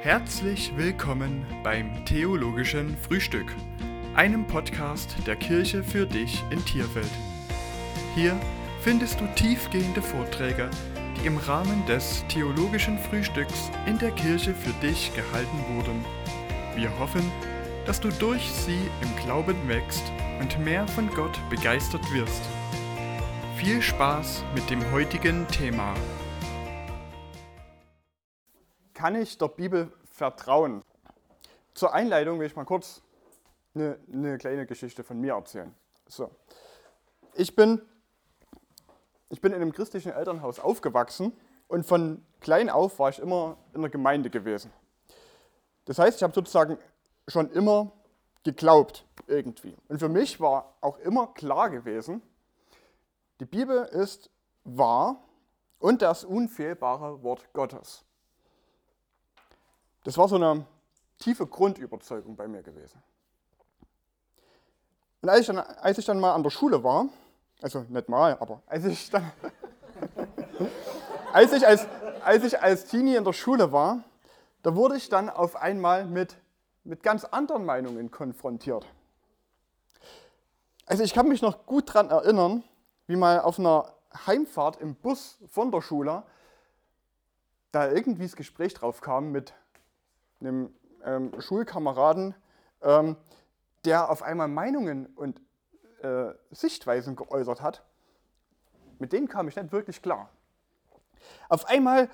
Herzlich willkommen beim Theologischen Frühstück, einem Podcast der Kirche für dich in Tierfeld. Hier findest du tiefgehende Vorträge, die im Rahmen des Theologischen Frühstücks in der Kirche für dich gehalten wurden. Wir hoffen, dass du durch sie im Glauben wächst und mehr von Gott begeistert wirst. Viel Spaß mit dem heutigen Thema. Kann ich der Bibel vertrauen? Zur Einleitung will ich mal kurz eine kleine Geschichte von mir erzählen. So. Ich bin in einem christlichen Elternhaus aufgewachsen und von klein auf war ich immer in der Gemeinde gewesen. Das heißt, ich habe sozusagen schon immer geglaubt irgendwie. Und für mich war auch immer klar gewesen, die Bibel ist wahr und das unfehlbare Wort Gottes. Das war so eine tiefe Grundüberzeugung bei mir gewesen. Und als ich dann mal an der Schule war, also nicht mal, aber als ich als Teenie in der Schule war, da wurde ich dann auf einmal mit ganz anderen Meinungen konfrontiert. Also ich kann mich noch gut daran erinnern, wie mal auf einer Heimfahrt im Bus von der Schule da irgendwie das Gespräch drauf kam mit einem Schulkameraden, der auf einmal Meinungen und Sichtweisen geäußert hat. Mit denen kam ich nicht wirklich klar. Auf einmal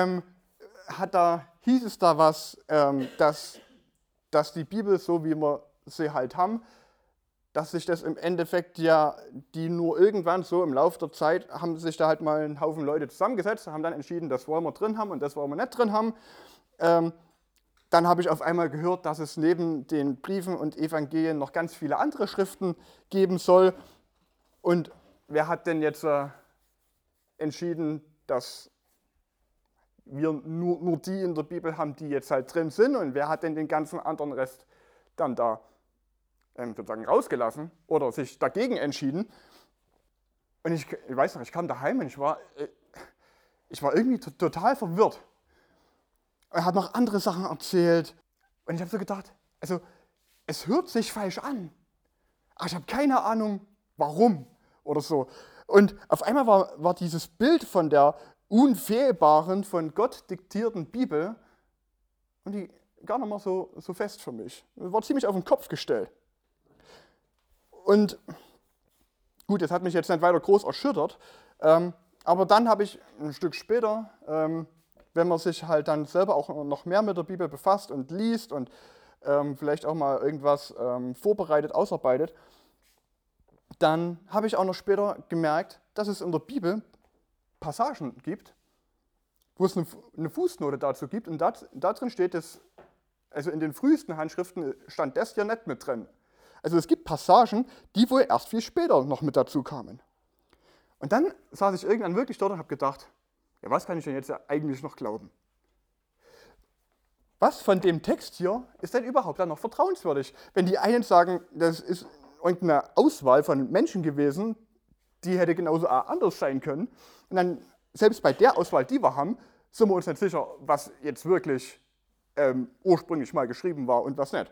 hieß es da was, dass die Bibel, so wie wir sie halt haben, dass sich das im Endeffekt ja, die nur irgendwann so im Laufe der Zeit, haben sich da halt mal einen Haufen Leute zusammengesetzt, haben dann entschieden, das wollen wir drin haben und das wollen wir nicht drin haben. Dann habe ich auf einmal gehört, dass es neben den Briefen und Evangelien noch ganz viele andere Schriften geben soll. Und wer hat denn jetzt entschieden, dass wir nur die in der Bibel haben, die jetzt halt drin sind? Und wer hat denn den ganzen anderen Rest dann da sozusagen rausgelassen oder sich dagegen entschieden? Und ich weiß noch, ich kam daheim und ich war irgendwie total verwirrt. Er hat noch andere Sachen erzählt. Und ich habe so gedacht, also es hört sich falsch an. Aber ich habe keine Ahnung, warum oder so. Und auf einmal war dieses Bild von der unfehlbaren, von Gott diktierten Bibel und die gar nicht mal so fest für mich. War ziemlich auf den Kopf gestellt. Und gut, das hat mich jetzt nicht weiter groß erschüttert. Aber dann habe ich ein Stück später, wenn man sich halt dann selber auch noch mehr mit der Bibel befasst und liest und vielleicht auch mal irgendwas vorbereitet, ausarbeitet, dann habe ich auch noch später gemerkt, dass es in der Bibel Passagen gibt, wo es eine Fußnote dazu gibt und da drin steht es, also in den frühesten Handschriften stand das ja nicht mit drin. Also es gibt Passagen, die wohl erst viel später noch mit dazu kamen. Und dann saß ich irgendwann wirklich dort und habe gedacht, ja, was kann ich denn jetzt eigentlich noch glauben? Was von dem Text hier ist denn überhaupt dann noch vertrauenswürdig? Wenn die einen sagen, das ist irgendeine Auswahl von Menschen gewesen, die hätte genauso anders sein können. Und dann, selbst bei der Auswahl, die wir haben, sind wir uns nicht sicher, was jetzt wirklich ursprünglich mal geschrieben war und was nicht.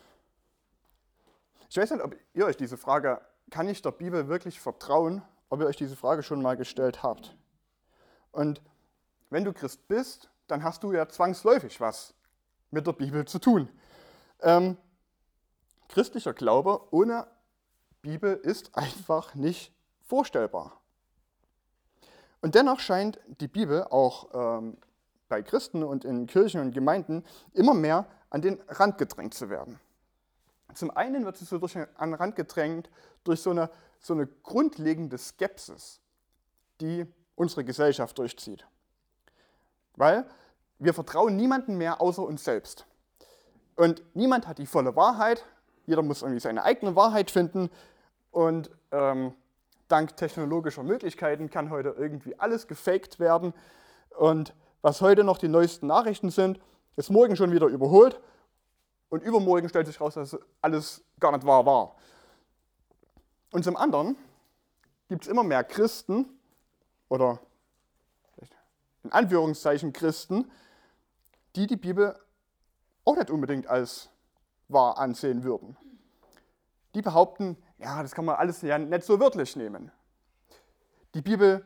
Ich weiß nicht, ob ihr euch diese Frage, kann ich der Bibel wirklich vertrauen, ob ihr euch diese Frage schon mal gestellt habt. Und wenn du Christ bist, dann hast du ja zwangsläufig was mit der Bibel zu tun. Christlicher Glaube ohne Bibel ist einfach nicht vorstellbar. Und dennoch scheint die Bibel auch bei Christen und in Kirchen und Gemeinden immer mehr an den Rand gedrängt zu werden. Zum einen wird sie so an den Rand gedrängt durch so eine grundlegende Skepsis, die unsere Gesellschaft durchzieht. Weil wir vertrauen niemandem mehr außer uns selbst. Und niemand hat die volle Wahrheit, jeder muss irgendwie seine eigene Wahrheit finden und dank technologischer Möglichkeiten kann heute irgendwie alles gefaked werden und was heute noch die neuesten Nachrichten sind, ist morgen schon wieder überholt und übermorgen stellt sich raus, dass alles gar nicht wahr war. Und zum anderen gibt es immer mehr Christen, oder in Anführungszeichen Christen, die die Bibel auch nicht unbedingt als wahr ansehen würden. Die behaupten, ja, das kann man alles ja nicht so wörtlich nehmen. Die Bibel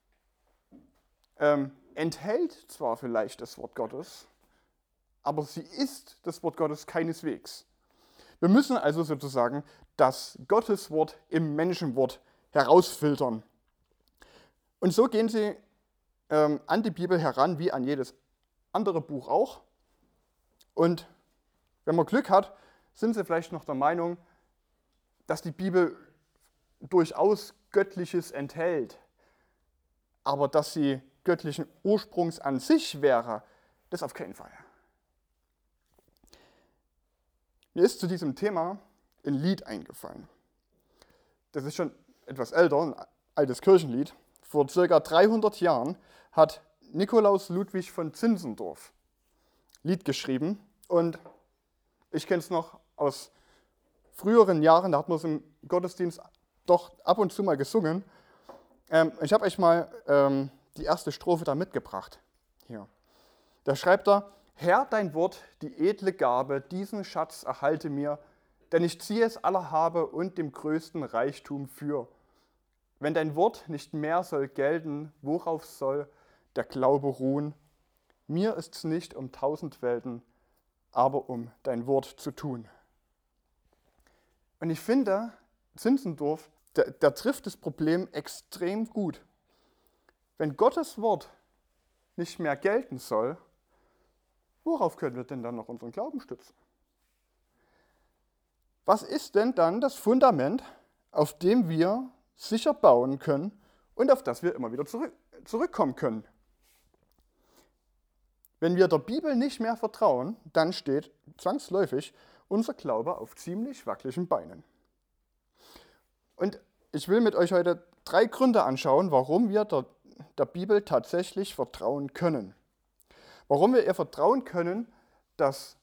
enthält zwar vielleicht das Wort Gottes, aber sie ist das Wort Gottes keineswegs. Wir müssen also sozusagen das Gotteswort im Menschenwort herausfiltern. Und so gehen sie an die Bibel heran, wie an jedes andere Buch auch. Und wenn man Glück hat, sind sie vielleicht noch der Meinung, dass die Bibel durchaus Göttliches enthält. Aber dass sie göttlichen Ursprungs an sich wäre, das auf keinen Fall. Mir ist zu diesem Thema ein Lied eingefallen. Das ist schon etwas älter, ein altes Kirchenlied. Vor ca. 300 Jahren hat Nikolaus Ludwig von Zinzendorf ein Lied geschrieben. Und ich kenne es noch aus früheren Jahren, da hat man es im Gottesdienst doch ab und zu mal gesungen. Ich habe euch mal die erste Strophe da mitgebracht. Hier. Da schreibt er: Herr, dein Wort, die edle Gabe, diesen Schatz erhalte mir, denn ich ziehe es aller Habe und dem größten Reichtum für. Wenn dein Wort nicht mehr soll gelten, worauf soll der Glaube ruhen? Mir ist's nicht um 1000 Welten, aber um dein Wort zu tun. Und ich finde, Zinzendorf, der trifft das Problem extrem gut. Wenn Gottes Wort nicht mehr gelten soll, worauf können wir denn dann noch unseren Glauben stützen? Was ist denn dann das Fundament, auf dem wir sicher bauen können und auf das wir immer wieder zurückkommen können? Wenn wir der Bibel nicht mehr vertrauen, dann steht zwangsläufig unser Glaube auf ziemlich wackeligen Beinen. Und ich will mit euch heute 3 Gründe anschauen, warum wir der Bibel tatsächlich vertrauen können. Warum wir ihr vertrauen können, dass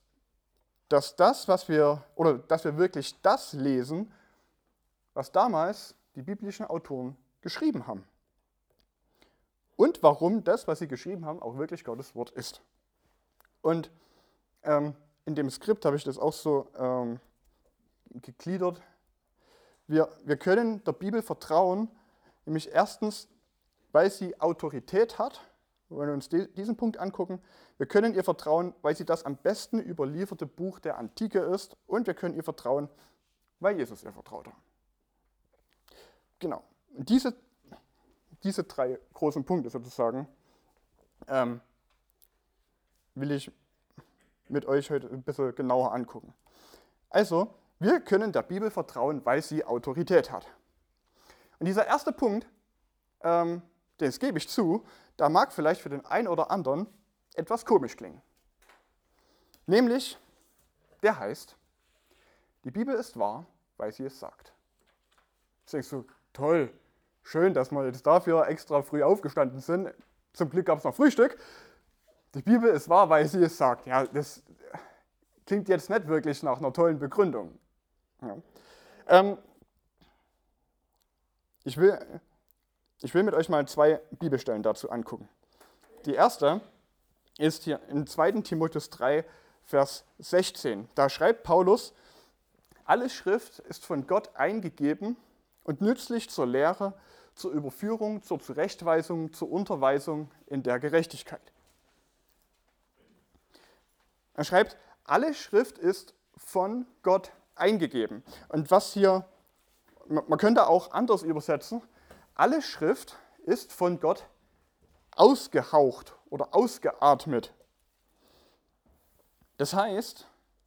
wir wirklich das lesen, was damals die biblischen Autoren geschrieben haben. Und warum das, was sie geschrieben haben, auch wirklich Gottes Wort ist. Und in dem Skript habe ich das auch so gegliedert. Wir können der Bibel vertrauen, nämlich erstens, weil sie Autorität hat. Wenn wir uns diesen Punkt angucken, wir können ihr vertrauen, weil sie das am besten überlieferte Buch der Antike ist, und wir können ihr vertrauen, weil Jesus ihr vertraut hat. Genau. Und diese 3 großen Punkte sozusagen will ich mit euch heute ein bisschen genauer angucken. Also, wir können der Bibel vertrauen, weil sie Autorität hat. Und dieser erste Punkt, das gebe ich zu, da mag vielleicht für den einen oder anderen etwas komisch klingen. Nämlich, der heißt, die Bibel ist wahr, weil sie es sagt. Jetzt denkst du, toll, schön, dass wir jetzt dafür extra früh aufgestanden sind. Zum Glück gab es noch Frühstück. Die Bibel ist wahr, weil sie es sagt. Ja, das klingt jetzt nicht wirklich nach einer tollen Begründung. Ja. Ich will mit euch mal 2 Bibelstellen dazu angucken. Die erste ist hier in 2. Timotheus 3, Vers 16. Da schreibt Paulus: Alle Schrift ist von Gott eingegeben und nützlich zur Lehre, zur Überführung, zur Zurechtweisung, zur Unterweisung in der Gerechtigkeit. Er schreibt, alle Schrift ist von Gott eingegeben. Und was hier, man könnte auch anders übersetzen, alle Schrift ist von Gott ausgehaucht oder ausgeatmet. Das heißt,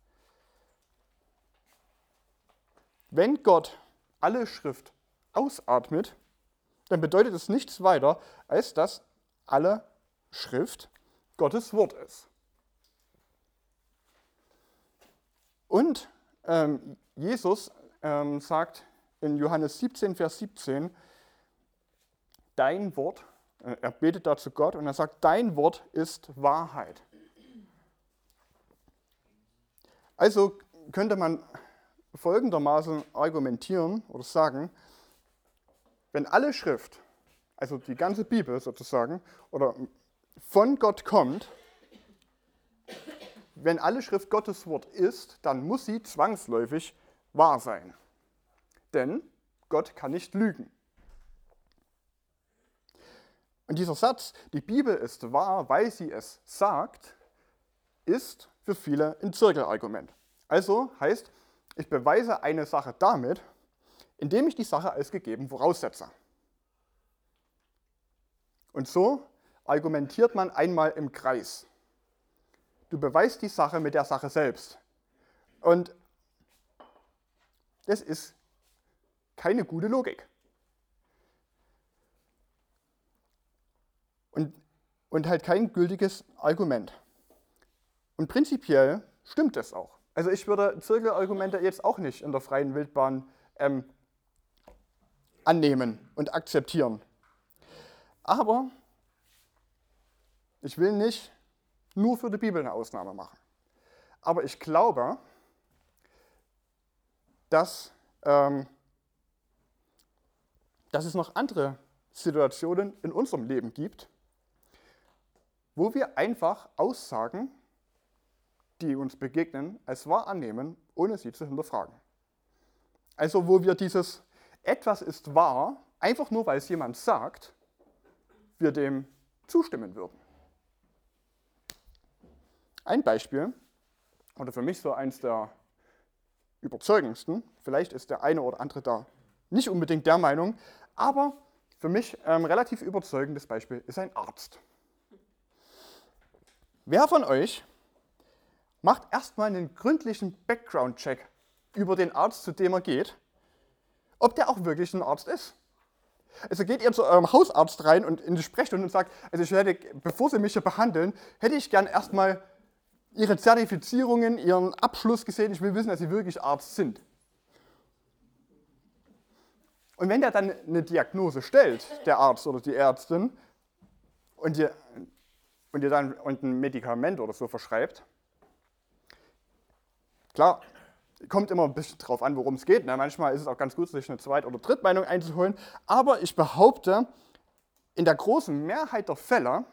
wenn Gott alle Schrift ausatmet, dann bedeutet es nichts weiter, als dass alle Schrift Gottes Wort ist. Und Jesus sagt in Johannes 17, Vers 17, dein Wort, er betet da zu Gott und er sagt, dein Wort ist Wahrheit. Also könnte man folgendermaßen argumentieren oder sagen, wenn alle Schrift, also die ganze Bibel sozusagen, oder von Gott kommt, wenn alle Schrift Gottes Wort ist, dann muss sie zwangsläufig wahr sein. Denn Gott kann nicht lügen. Und dieser Satz, die Bibel ist wahr, weil sie es sagt, ist für viele ein Zirkelargument. Also heißt, ich beweise eine Sache damit, indem ich die Sache als gegeben voraussetze. Und so argumentiert man einmal im Kreis. Du beweist die Sache mit der Sache selbst. Und das ist keine gute Logik. Und halt kein gültiges Argument. Und prinzipiell stimmt das auch. Also ich würde Zirkelargumente jetzt auch nicht in der freien Wildbahn annehmen und akzeptieren. Aber ich will nicht nur für die Bibel eine Ausnahme machen. Aber ich glaube, dass es noch andere Situationen in unserem Leben gibt, wo wir einfach Aussagen, die uns begegnen, als wahr annehmen, ohne sie zu hinterfragen. Also wo wir dieses etwas ist wahr, einfach nur weil es jemand sagt, wir dem zustimmen würden. Ein Beispiel, oder für mich so eins der überzeugendsten, vielleicht ist der eine oder andere da nicht unbedingt der Meinung, aber für mich relativ überzeugendes Beispiel ist ein Arzt. Wer von euch macht erstmal einen gründlichen Background-Check über den Arzt, zu dem er geht, ob der auch wirklich ein Arzt ist? Also geht ihr zu eurem Hausarzt rein und in die Sprechstunde und sagt, also ich hätte, bevor Sie mich hier behandeln, hätte ich gern erstmal Ihre Zertifizierungen, Ihren Abschluss gesehen, ich will wissen, dass Sie wirklich Arzt sind. Und wenn der dann eine Diagnose stellt, der Arzt oder die Ärztin, und dir dann ein Medikament oder so verschreibt, klar, kommt immer ein bisschen drauf an, worum es geht. Ne? Manchmal ist es auch ganz gut, sich eine Zweit- oder Drittmeinung einzuholen. Aber ich behaupte, in der großen Mehrheit der Fälle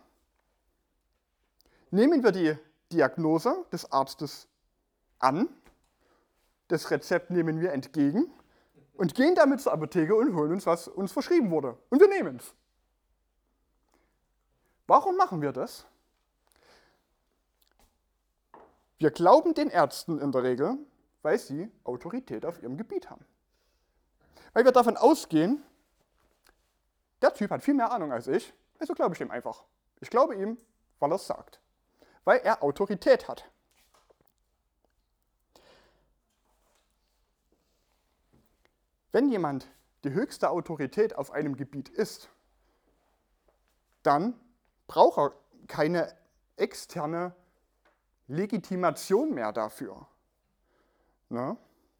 nehmen wir die Diagnose des Arztes an, das Rezept nehmen wir entgegen und gehen damit zur Apotheke und holen uns, was uns verschrieben wurde. Und wir nehmen es. Warum machen wir das? Wir glauben den Ärzten in der Regel, weil sie Autorität auf ihrem Gebiet haben. Weil wir davon ausgehen, der Typ hat viel mehr Ahnung als ich, also glaube ich ihm einfach. Ich glaube ihm, weil er es sagt. Weil er Autorität hat. Wenn jemand die höchste Autorität auf einem Gebiet ist, dann braucht er keine externe Legitimation mehr dafür. Ne?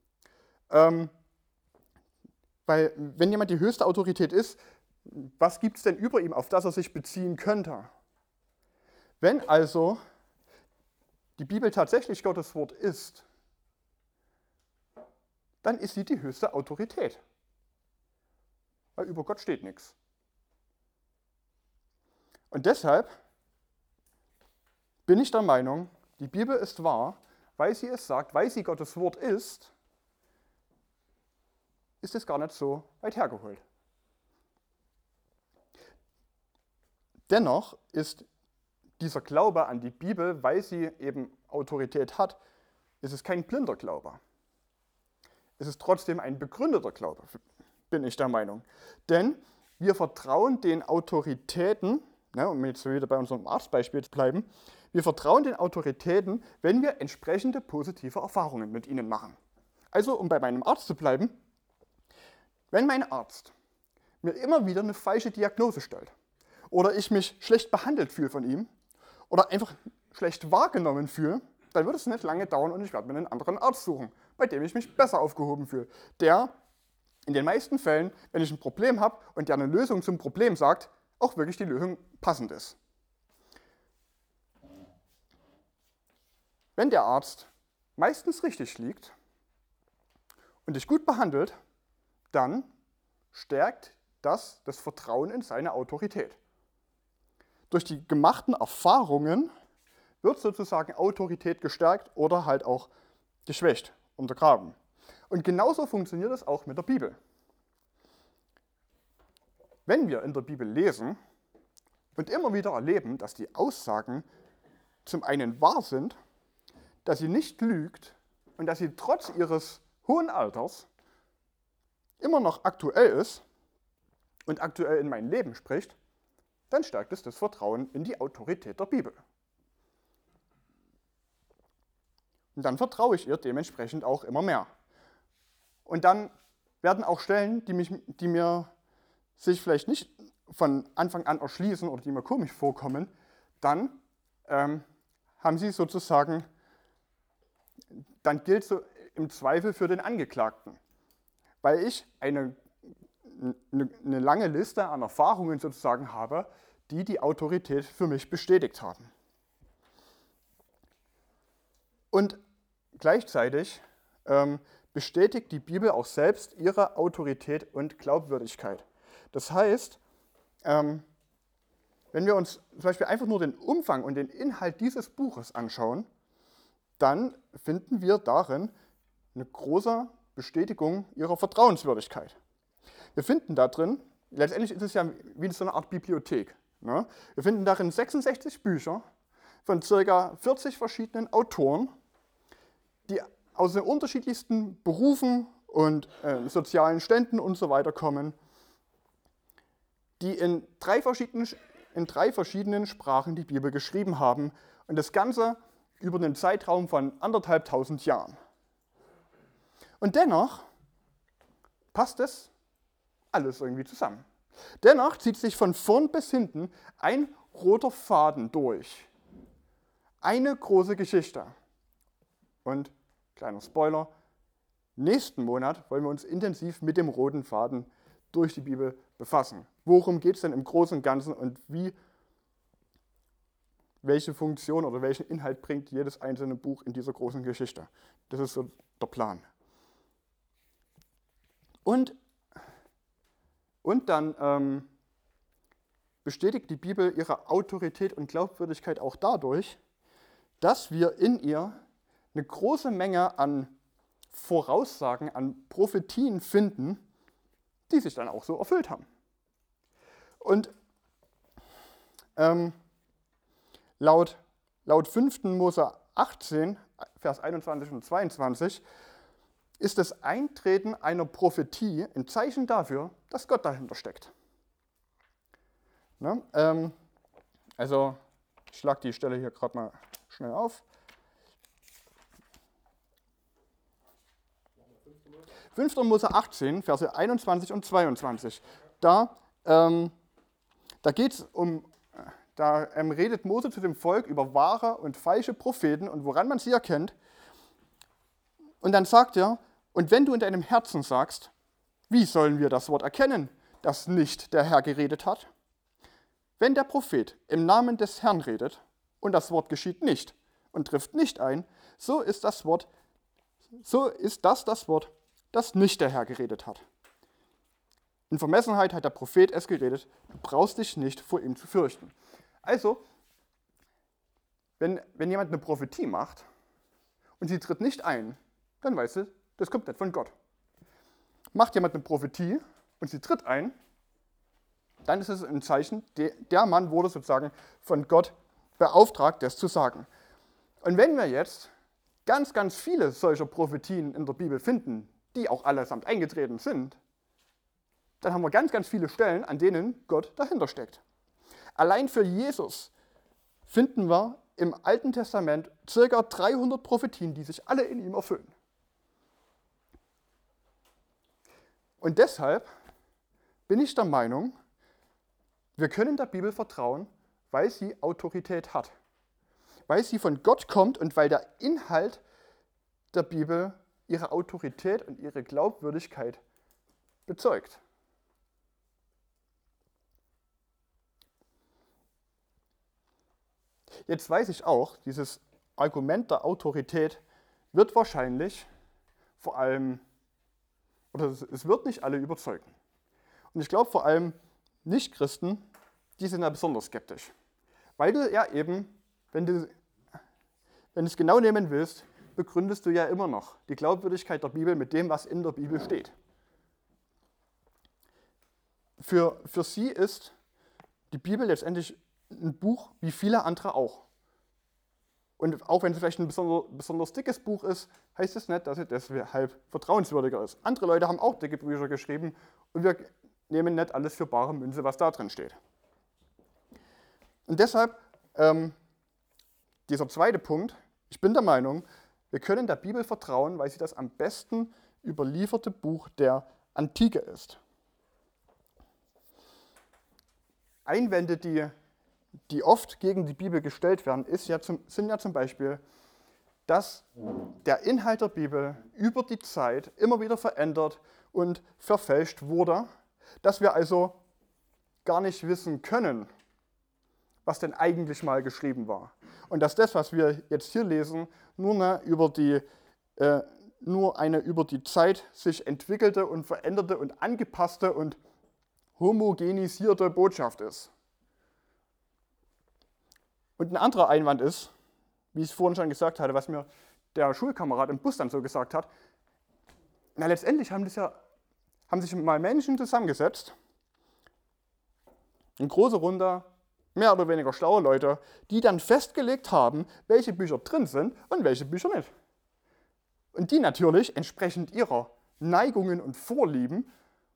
Weil wenn jemand die höchste Autorität ist, was gibt es denn über ihm, auf das er sich beziehen könnte? Wenn also die Bibel tatsächlich Gottes Wort ist, dann ist sie die höchste Autorität. Weil über Gott steht nichts. Und deshalb bin ich der Meinung, die Bibel ist wahr, weil sie es sagt, weil sie Gottes Wort ist es gar nicht so weit hergeholt. Dennoch ist dieser Glaube an die Bibel, weil sie eben Autorität hat, ist es kein blinder Glaube. Es ist trotzdem ein begründeter Glaube, bin ich der Meinung. Denn wir vertrauen den Autoritäten, um jetzt wieder bei unserem Arztbeispiel zu bleiben, wir vertrauen den Autoritäten, wenn wir entsprechende positive Erfahrungen mit ihnen machen. Also, um bei meinem Arzt zu bleiben, wenn mein Arzt mir immer wieder eine falsche Diagnose stellt oder ich mich schlecht behandelt fühle von ihm oder einfach schlecht wahrgenommen fühle, dann wird es nicht lange dauern und ich werde mir einen anderen Arzt suchen, bei dem ich mich besser aufgehoben fühle. Der in den meisten Fällen, wenn ich ein Problem habe und der eine Lösung zum Problem sagt, auch wirklich die Lösung passend ist. Wenn der Arzt meistens richtig liegt und dich gut behandelt, dann stärkt das Vertrauen in seine Autorität. Durch die gemachten Erfahrungen wird sozusagen Autorität gestärkt oder halt auch geschwächt, untergraben. Und genauso funktioniert es auch mit der Bibel. Wenn wir in der Bibel lesen und immer wieder erleben, dass die Aussagen zum einen wahr sind, dass sie nicht lügt und dass sie trotz ihres hohen Alters immer noch aktuell ist und aktuell in mein Leben spricht, dann stärkt es das Vertrauen in die Autorität der Bibel. Und dann vertraue ich ihr dementsprechend auch immer mehr. Und dann werden auch Stellen, die mir sich vielleicht nicht von Anfang an erschließen oder die mir komisch vorkommen, dann haben sie sozusagen, dann gilt so im Zweifel für den Angeklagten. Weil ich eine lange Liste an Erfahrungen sozusagen habe, die die Autorität für mich bestätigt haben. Und gleichzeitig bestätigt die Bibel auch selbst ihre Autorität und Glaubwürdigkeit. Das heißt, wenn wir uns zum Beispiel einfach nur den Umfang und den Inhalt dieses Buches anschauen, dann finden wir darin eine große Bestätigung ihrer Vertrauenswürdigkeit. Wir finden da drin, letztendlich ist es ja wie so eine Art Bibliothek. Ne? Wir finden darin 66 Bücher von ca. 40 verschiedenen Autoren, die aus den unterschiedlichsten Berufen und sozialen Ständen und so weiter kommen, die in drei verschiedenen Sprachen die Bibel geschrieben haben und das Ganze über einen Zeitraum von 1500 Jahren. Und dennoch passt es alles irgendwie zusammen. Dennoch zieht sich von vorn bis hinten ein roter Faden durch. Eine große Geschichte. Und, kleiner Spoiler, nächsten Monat wollen wir uns intensiv mit dem roten Faden durch die Bibel befassen. Worum geht es denn im Großen und Ganzen und welche Funktion oder welchen Inhalt bringt jedes einzelne Buch in dieser großen Geschichte? Das ist so der Plan. Und dann bestätigt die Bibel ihre Autorität und Glaubwürdigkeit auch dadurch, dass wir in ihr eine große Menge an Voraussagen, an Prophetien finden, die sich dann auch so erfüllt haben. Und laut 5. Mose 18, Vers 21 und 22, ist das Eintreten einer Prophetie ein Zeichen dafür, dass Gott dahinter steckt. Ne? Also, ich schlage die Stelle hier gerade mal schnell auf. 5. Mose 18, Verse 21 und 22. Da geht es redet Mose zu dem Volk über wahre und falsche Propheten und woran man sie erkennt. Und dann sagt er, und wenn du in deinem Herzen sagst, wie sollen wir das Wort erkennen, das nicht der Herr geredet hat? Wenn der Prophet im Namen des Herrn redet und das Wort geschieht nicht und trifft nicht ein, so ist das Wort, das nicht der Herr geredet hat. In Vermessenheit hat der Prophet es geredet, du brauchst dich nicht vor ihm zu fürchten. Also, wenn jemand eine Prophetie macht und sie tritt nicht ein, dann weißt du, das kommt nicht von Gott. Macht jemand eine Prophetie und sie tritt ein, dann ist es ein Zeichen, der Mann wurde sozusagen von Gott beauftragt, das zu sagen. Und wenn wir jetzt ganz, ganz viele solcher Prophetien in der Bibel finden, die auch allesamt eingetreten sind, dann haben wir ganz, ganz viele Stellen, an denen Gott dahinter steckt. Allein für Jesus finden wir im Alten Testament ca. 300 Prophetien, die sich alle in ihm erfüllen. Und deshalb bin ich der Meinung, wir können der Bibel vertrauen, weil sie Autorität hat. Weil sie von Gott kommt und weil der Inhalt der Bibel ihre Autorität und ihre Glaubwürdigkeit bezeugt. Jetzt weiß ich auch, dieses Argument der Autorität wird wahrscheinlich vor allem, oder es wird nicht alle überzeugen. Und ich glaube vor allem Nichtchristen, die sind da besonders skeptisch. Weil du ja eben, wenn du wenn du es genau nehmen willst, begründest du ja immer noch die Glaubwürdigkeit der Bibel mit dem, was in der Bibel steht. Für sie ist die Bibel letztendlich ein Buch wie viele andere auch. Und auch wenn es vielleicht ein besonders dickes Buch ist, heißt es nicht, dass es deshalb vertrauenswürdiger ist. Andere Leute haben auch dicke Bücher geschrieben und wir nehmen nicht alles für bare Münze, was da drin steht. Und deshalb dieser zweite Punkt, ich bin der Meinung, wir können der Bibel vertrauen, weil sie das am besten überlieferte Buch der Antike ist. Einwände, die oft gegen die Bibel gestellt werden, sind ja zum Beispiel, dass der Inhalt der Bibel über die Zeit immer wieder verändert und verfälscht wurde, dass wir also gar nicht wissen können, was denn eigentlich mal geschrieben war. Und dass das, was wir jetzt hier lesen, nur eine über die Zeit sich entwickelte und veränderte und angepasste und homogenisierte Botschaft ist. Und ein anderer Einwand ist, wie ich es vorhin schon gesagt hatte, was mir der Schulkamerad im Bus dann so gesagt hat, na letztendlich haben sich mal Menschen zusammengesetzt, eine große Runde, mehr oder weniger schlaue Leute, die dann festgelegt haben, welche Bücher drin sind und welche Bücher nicht. Und die natürlich entsprechend ihrer Neigungen und Vorlieben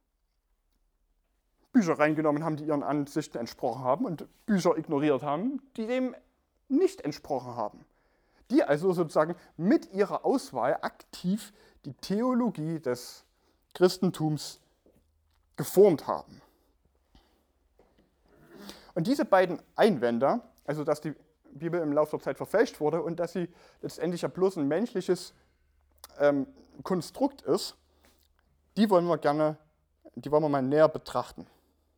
Bücher reingenommen haben, die ihren Ansichten entsprochen haben und Bücher ignoriert haben, die dem nicht entsprochen haben. Die also sozusagen mit ihrer Auswahl aktiv die Theologie des Christentums geformt haben. Und diese beiden Einwände, also dass die Bibel im Laufe der Zeit verfälscht wurde und dass sie letztendlich ja bloß ein menschliches Konstrukt ist, die wollen wir mal näher betrachten.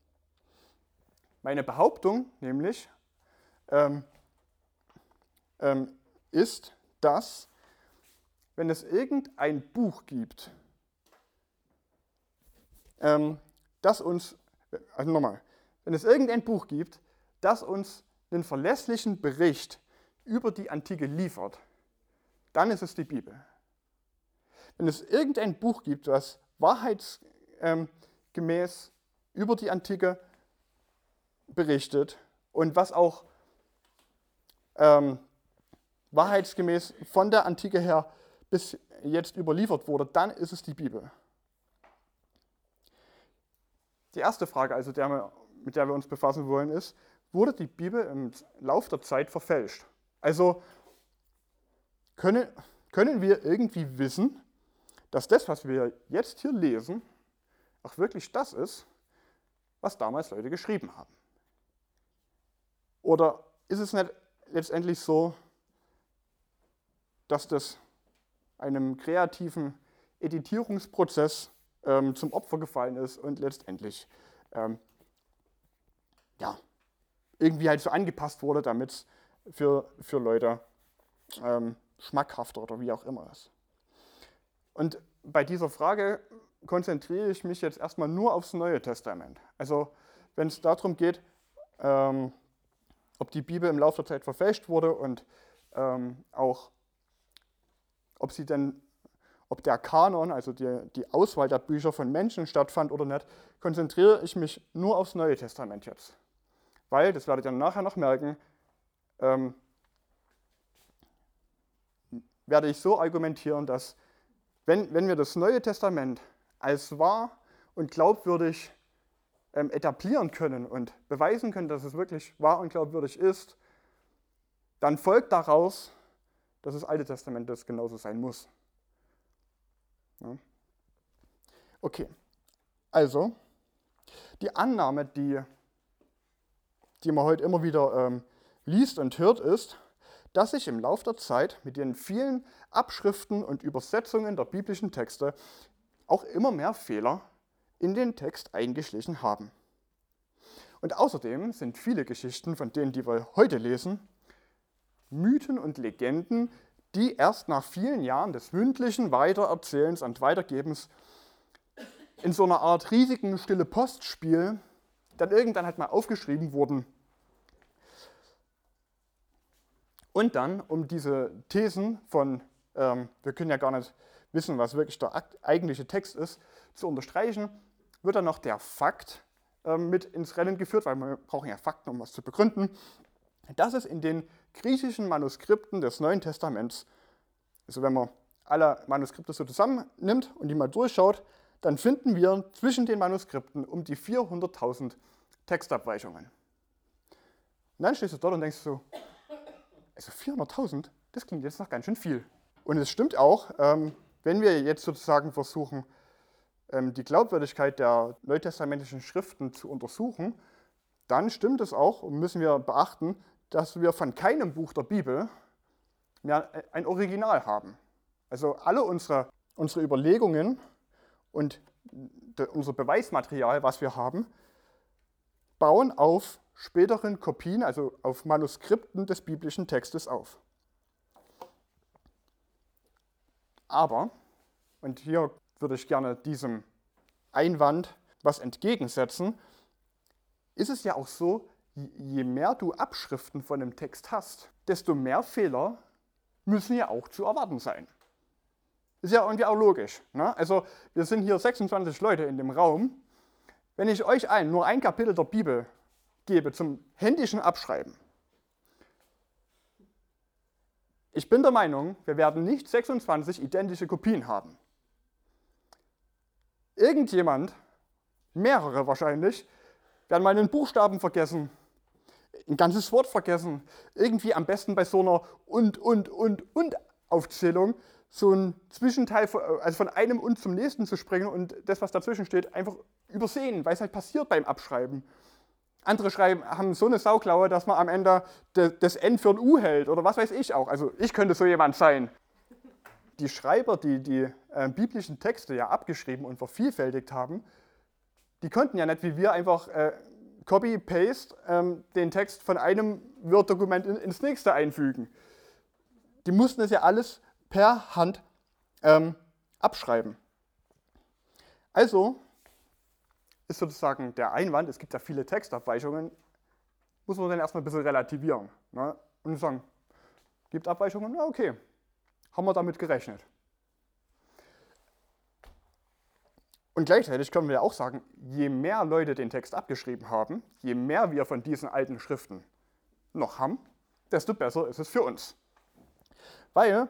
Meine Behauptung nämlich ist, dass, wenn es irgendein Buch gibt, wenn es irgendein Buch gibt, das uns einen verlässlichen Bericht über die Antike liefert, dann ist es die Bibel. Wenn es irgendein Buch gibt, das wahrheitsgemäß über die Antike berichtet und was auch wahrheitsgemäß von der Antike her bis jetzt überliefert wurde, dann ist es die Bibel. Die erste Frage, also mit der wir uns befassen wollen, ist, wurde die Bibel im Laufe der Zeit verfälscht? Also können wir irgendwie wissen, dass das, was wir jetzt hier lesen, auch wirklich das ist, was damals Leute geschrieben haben? Oder ist es nicht letztendlich so, dass das einem kreativen Editierungsprozess zum Opfer gefallen ist und letztendlich irgendwie halt so angepasst wurde, damit es für Leute schmackhafter oder wie auch immer ist. Und bei dieser Frage konzentriere ich mich jetzt erstmal nur aufs Neue Testament. Also wenn es darum geht, ob die Bibel im Laufe der Zeit verfälscht wurde und auch ob der Kanon, also die Auswahl der Bücher von Menschen stattfand oder nicht, konzentriere ich mich nur aufs Neue Testament jetzt. Weil, das werdet ihr nachher noch merken, werde ich so argumentieren, dass wenn wir das Neue Testament als wahr und glaubwürdig etablieren können und beweisen können, dass es wirklich wahr und glaubwürdig ist, dann folgt daraus, dass das Alte Testament das genauso sein muss. Ja. Okay, also die Annahme, die man heute immer wieder liest und hört, ist, dass sich im Laufe der Zeit mit den vielen Abschriften und Übersetzungen der biblischen Texte auch immer mehr Fehler in den Text eingeschlichen haben. Und außerdem sind viele Geschichten, von denen die wir heute lesen, Mythen und Legenden, die erst nach vielen Jahren des mündlichen Weitererzählens und Weitergebens in so einer Art riesigen Stille-Post-Spiel dann irgendwann halt mal aufgeschrieben wurden Und dann, um diese Thesen von, wir können ja gar nicht wissen, was wirklich der eigentliche Text ist, zu unterstreichen, wird dann noch der Fakt mit ins Rennen geführt, weil wir brauchen ja Fakten, um was zu begründen, dass es in den griechischen Manuskripten des Neuen Testaments, also wenn man alle Manuskripte so zusammennimmt und die mal durchschaut, dann finden wir zwischen den Manuskripten um die 400.000 Textabweichungen. Und dann stehst du dort und denkst so, also 400.000, das klingt jetzt noch ganz schön viel. Und es stimmt auch, wenn wir jetzt sozusagen versuchen, die Glaubwürdigkeit der neutestamentlichen Schriften zu untersuchen, dann stimmt es auch und müssen wir beachten, dass wir von keinem Buch der Bibel mehr ein Original haben. Also alle unsere Überlegungen und unser Beweismaterial, was wir haben, bauen auf späteren Kopien, also auf Manuskripten des biblischen Textes auf. Aber, und hier würde ich gerne diesem Einwand was entgegensetzen, ist es ja auch so, je mehr du Abschriften von einem Text hast, desto mehr Fehler müssen ja auch zu erwarten sein. Ist ja irgendwie auch logisch. Ne? Also wir sind hier 26 Leute in dem Raum. Wenn ich euch allen nur ein Kapitel der Bibel gebe zum händischen Abschreiben, ich bin der Meinung, wir werden nicht 26 identische Kopien haben. Irgendjemand, mehrere wahrscheinlich, werden mal einen Buchstaben vergessen, ein ganzes Wort vergessen, irgendwie am besten bei so einer und Aufzählung so ein Zwischenteil, also von einem und zum nächsten zu springen und das, was dazwischen steht, einfach übersehen, weil es halt passiert beim Abschreiben. Andere haben so eine Sauklaue, dass man am Ende das N für ein U hält oder was weiß ich auch. Also ich könnte so jemand sein. Die Schreiber, die biblischen Texte ja abgeschrieben und vervielfältigt haben, die konnten ja nicht wie wir einfach Copy-Paste den Text von einem Word-Dokument ins nächste einfügen. Die mussten es ja alles per Hand abschreiben. Also ist sozusagen der Einwand, es gibt ja viele Textabweichungen, muss man dann erstmal ein bisschen relativieren. Ne? Und sagen, gibt Abweichungen? Na okay, haben wir damit gerechnet. Und gleichzeitig können wir ja auch sagen, je mehr Leute den Text abgeschrieben haben, je mehr wir von diesen alten Schriften noch haben, desto besser ist es für uns. Weil,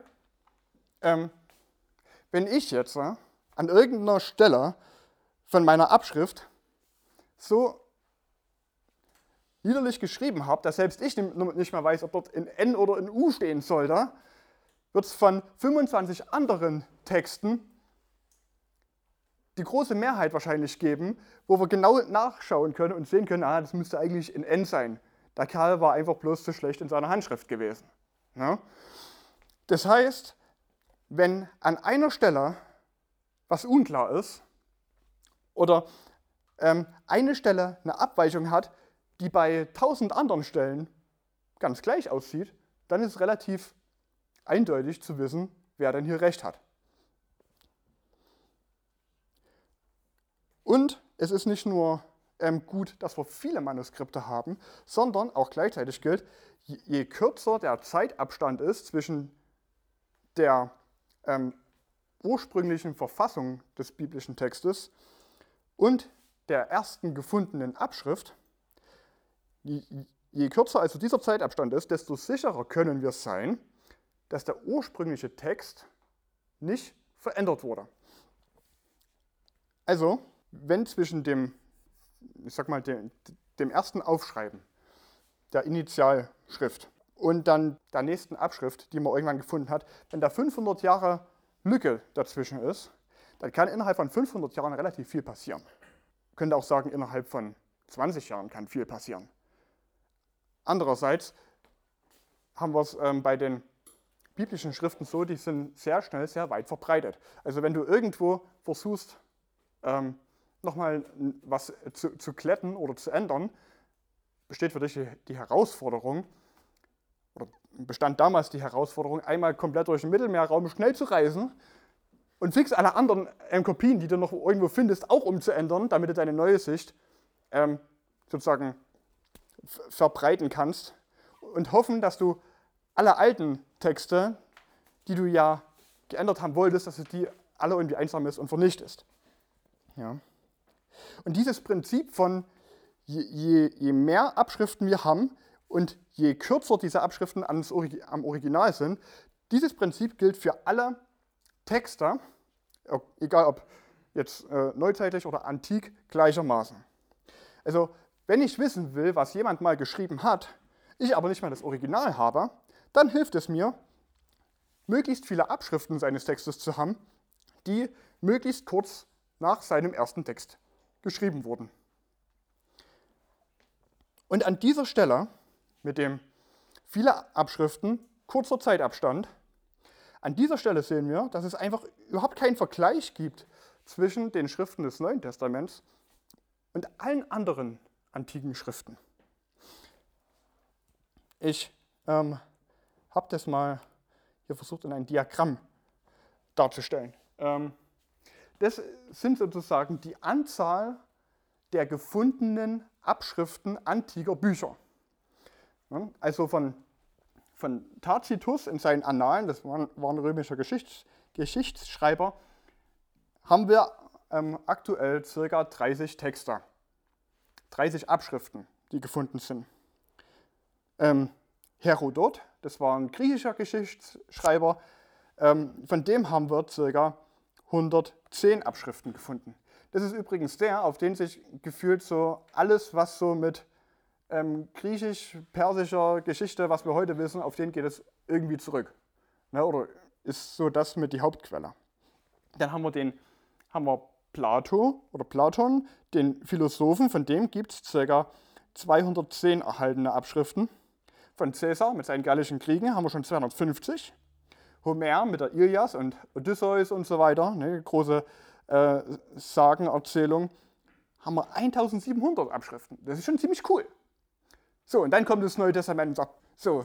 wenn ich jetzt an irgendeiner Stelle von meiner Abschrift so liederlich geschrieben habe, dass selbst ich nicht mehr weiß, ob dort in N oder in U stehen sollte, wird es von 25 anderen Texten die große Mehrheit wahrscheinlich geben, wo wir genau nachschauen können und sehen können, das müsste eigentlich in N sein. Der Kerl war einfach bloß zu schlecht in seiner Handschrift gewesen. Ja? Das heißt, wenn an einer Stelle was unklar ist oder eine Stelle eine Abweichung hat, die bei 1000 anderen Stellen ganz gleich aussieht, dann ist es relativ eindeutig zu wissen, wer denn hier recht hat. Und es ist nicht nur gut, dass wir viele Manuskripte haben, sondern auch gleichzeitig gilt, je kürzer der Zeitabstand ist zwischen der ursprünglichen Verfassung des biblischen Textes und der ersten gefundenen Abschrift, je kürzer also dieser Zeitabstand ist, desto sicherer können wir sein, dass der ursprüngliche Text nicht verändert wurde. Also, wenn zwischen dem ersten Aufschreiben der Initialschrift und dann der nächsten Abschrift, die man irgendwann gefunden hat, wenn da 500 Jahre Lücke dazwischen ist, dann kann innerhalb von 500 Jahren relativ viel passieren. Man könnte auch sagen, innerhalb von 20 Jahren kann viel passieren. Andererseits haben wir es bei den biblischen Schriften so, die sind sehr schnell, sehr weit verbreitet. Also wenn du irgendwo versuchst, nochmal was zu glätten oder zu ändern, besteht für dich die Herausforderung, oder bestand damals die Herausforderung, einmal komplett durch den Mittelmeerraum schnell zu reisen und fix alle anderen Kopien, die du noch irgendwo findest, auch umzuändern, damit du deine neue Sicht sozusagen verbreiten kannst und hoffen, dass du alle alten Texte, die du ja geändert haben wolltest, dass du die alle irgendwie einsammelst und vernichtest. Ja. Und dieses Prinzip von je mehr Abschriften wir haben und je kürzer diese Abschriften am Original sind, dieses Prinzip gilt für alle Texte, egal ob jetzt neuzeitlich oder antik, gleichermaßen. Also wenn ich wissen will, was jemand mal geschrieben hat, ich aber nicht mal das Original habe, dann hilft es mir, möglichst viele Abschriften seines Textes zu haben, die möglichst kurz nach seinem ersten Text geschrieben wurden. Und an dieser Stelle, mit dem viele Abschriften, kurzer Zeitabstand, an dieser Stelle sehen wir, dass es einfach überhaupt keinen Vergleich gibt zwischen den Schriften des Neuen Testaments und allen anderen antiken Schriften. Ich habe das mal hier versucht in ein Diagramm darzustellen. Das sind sozusagen die Anzahl der gefundenen Abschriften antiker Bücher. Also von Tacitus in seinen Annalen, das war ein römischer Geschichtsschreiber, haben wir aktuell ca. 30 Texte, 30 Abschriften, die gefunden sind. Herodot, das war ein griechischer Geschichtsschreiber, von dem haben wir ca. 110 Abschriften gefunden. Das ist übrigens der, auf den sich gefühlt so alles, was so mit griechisch-persischer Geschichte, was wir heute wissen, auf den geht es irgendwie zurück. Ne, oder ist so das mit die Hauptquelle. Dann haben wir Platon, den Philosophen, von dem gibt es ca. 210 erhaltene Abschriften. Von Caesar mit seinen gallischen Kriegen haben wir schon 250. Homer mit der Ilias und Odysseus und so weiter, eine große Sagenerzählung, haben wir 1700 Abschriften. Das ist schon ziemlich cool. So, und dann kommt das Neue Testament und sagt, so,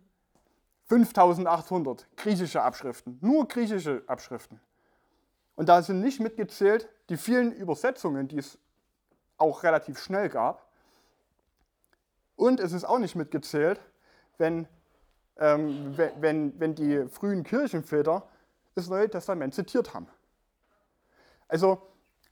5800 griechische Abschriften, nur griechische Abschriften. Und da sind nicht mitgezählt die vielen Übersetzungen, die es auch relativ schnell gab. Und es ist auch nicht mitgezählt, wenn die frühen Kirchenväter das Neue Testament zitiert haben. Also,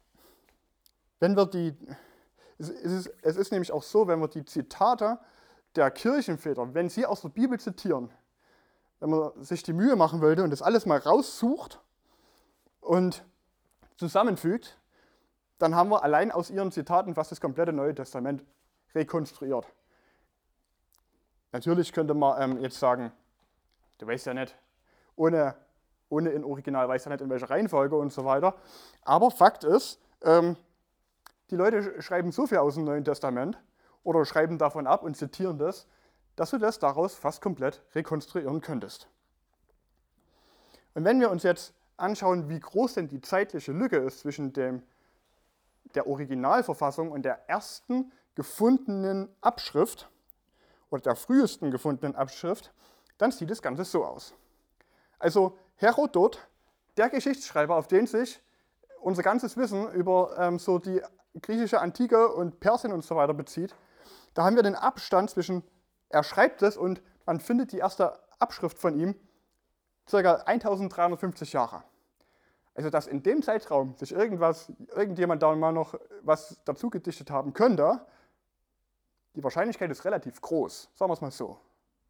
es ist nämlich auch so, wenn wir die Zitate der Kirchenväter, wenn sie aus der Bibel zitieren, wenn man sich die Mühe machen wollte und das alles mal raussucht und zusammenfügt, dann haben wir allein aus ihren Zitaten fast das komplette Neue Testament rekonstruiert. Natürlich könnte man jetzt sagen, du weißt ja nicht, ohne in Original weißt ja nicht, in welcher Reihenfolge und so weiter. Aber Fakt ist, die Leute schreiben so viel aus dem Neuen Testament oder schreiben davon ab und zitieren das, dass du das daraus fast komplett rekonstruieren könntest. Und wenn wir uns jetzt anschauen, wie groß denn die zeitliche Lücke ist zwischen der Originalverfassung und der ersten gefundenen Abschrift oder der frühesten gefundenen Abschrift, dann sieht das Ganze so aus. Also Herodot, der Geschichtsschreiber, auf den sich unser ganzes Wissen über so die griechische Antike und Persien und so weiter bezieht, da haben wir den Abstand zwischen, er schreibt es und man findet die erste Abschrift von ihm, ca. 1350 Jahre. Also dass in dem Zeitraum sich irgendjemand da mal noch was dazu gedichtet haben könnte, die Wahrscheinlichkeit ist relativ groß, sagen wir es mal so.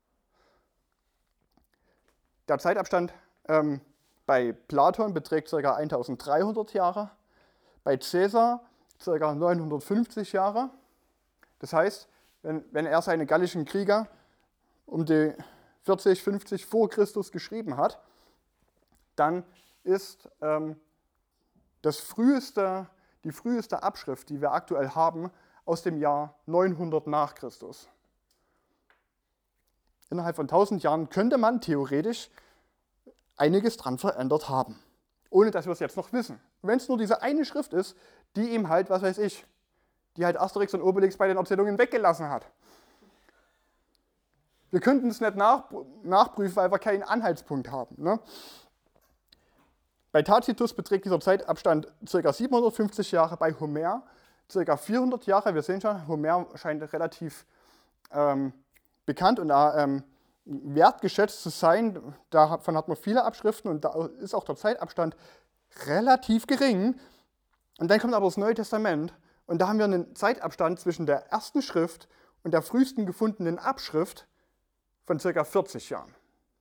Der Zeitabstand bei Platon beträgt ca. 1300 Jahre, bei Caesar ca. 950 Jahre. Das heißt, wenn er seine gallischen Kriege um die 40, 50 vor Christus geschrieben hat, dann ist die früheste Abschrift, die wir aktuell haben, aus dem Jahr 900 nach Christus. Innerhalb von 1000 Jahren könnte man theoretisch einiges dran verändert haben, ohne dass wir es jetzt noch wissen. Wenn es nur diese eine Schrift ist, die ihm halt, was weiß ich, die halt Asterix und Obelix bei den Erzählungen weggelassen hat. Wir könnten es nicht nachprüfen, weil wir keinen Anhaltspunkt haben. Ne? Bei Tacitus beträgt dieser Zeitabstand ca. 750 Jahre, bei Homer ca. 400 Jahre. Wir sehen schon, Homer scheint relativ bekannt und wertgeschätzt zu sein. Davon hat man viele Abschriften und da ist auch der Zeitabstand relativ gering. Und dann kommt aber das Neue Testament und da haben wir einen Zeitabstand zwischen der ersten Schrift und der frühesten gefundenen Abschrift von ca. 40 Jahren.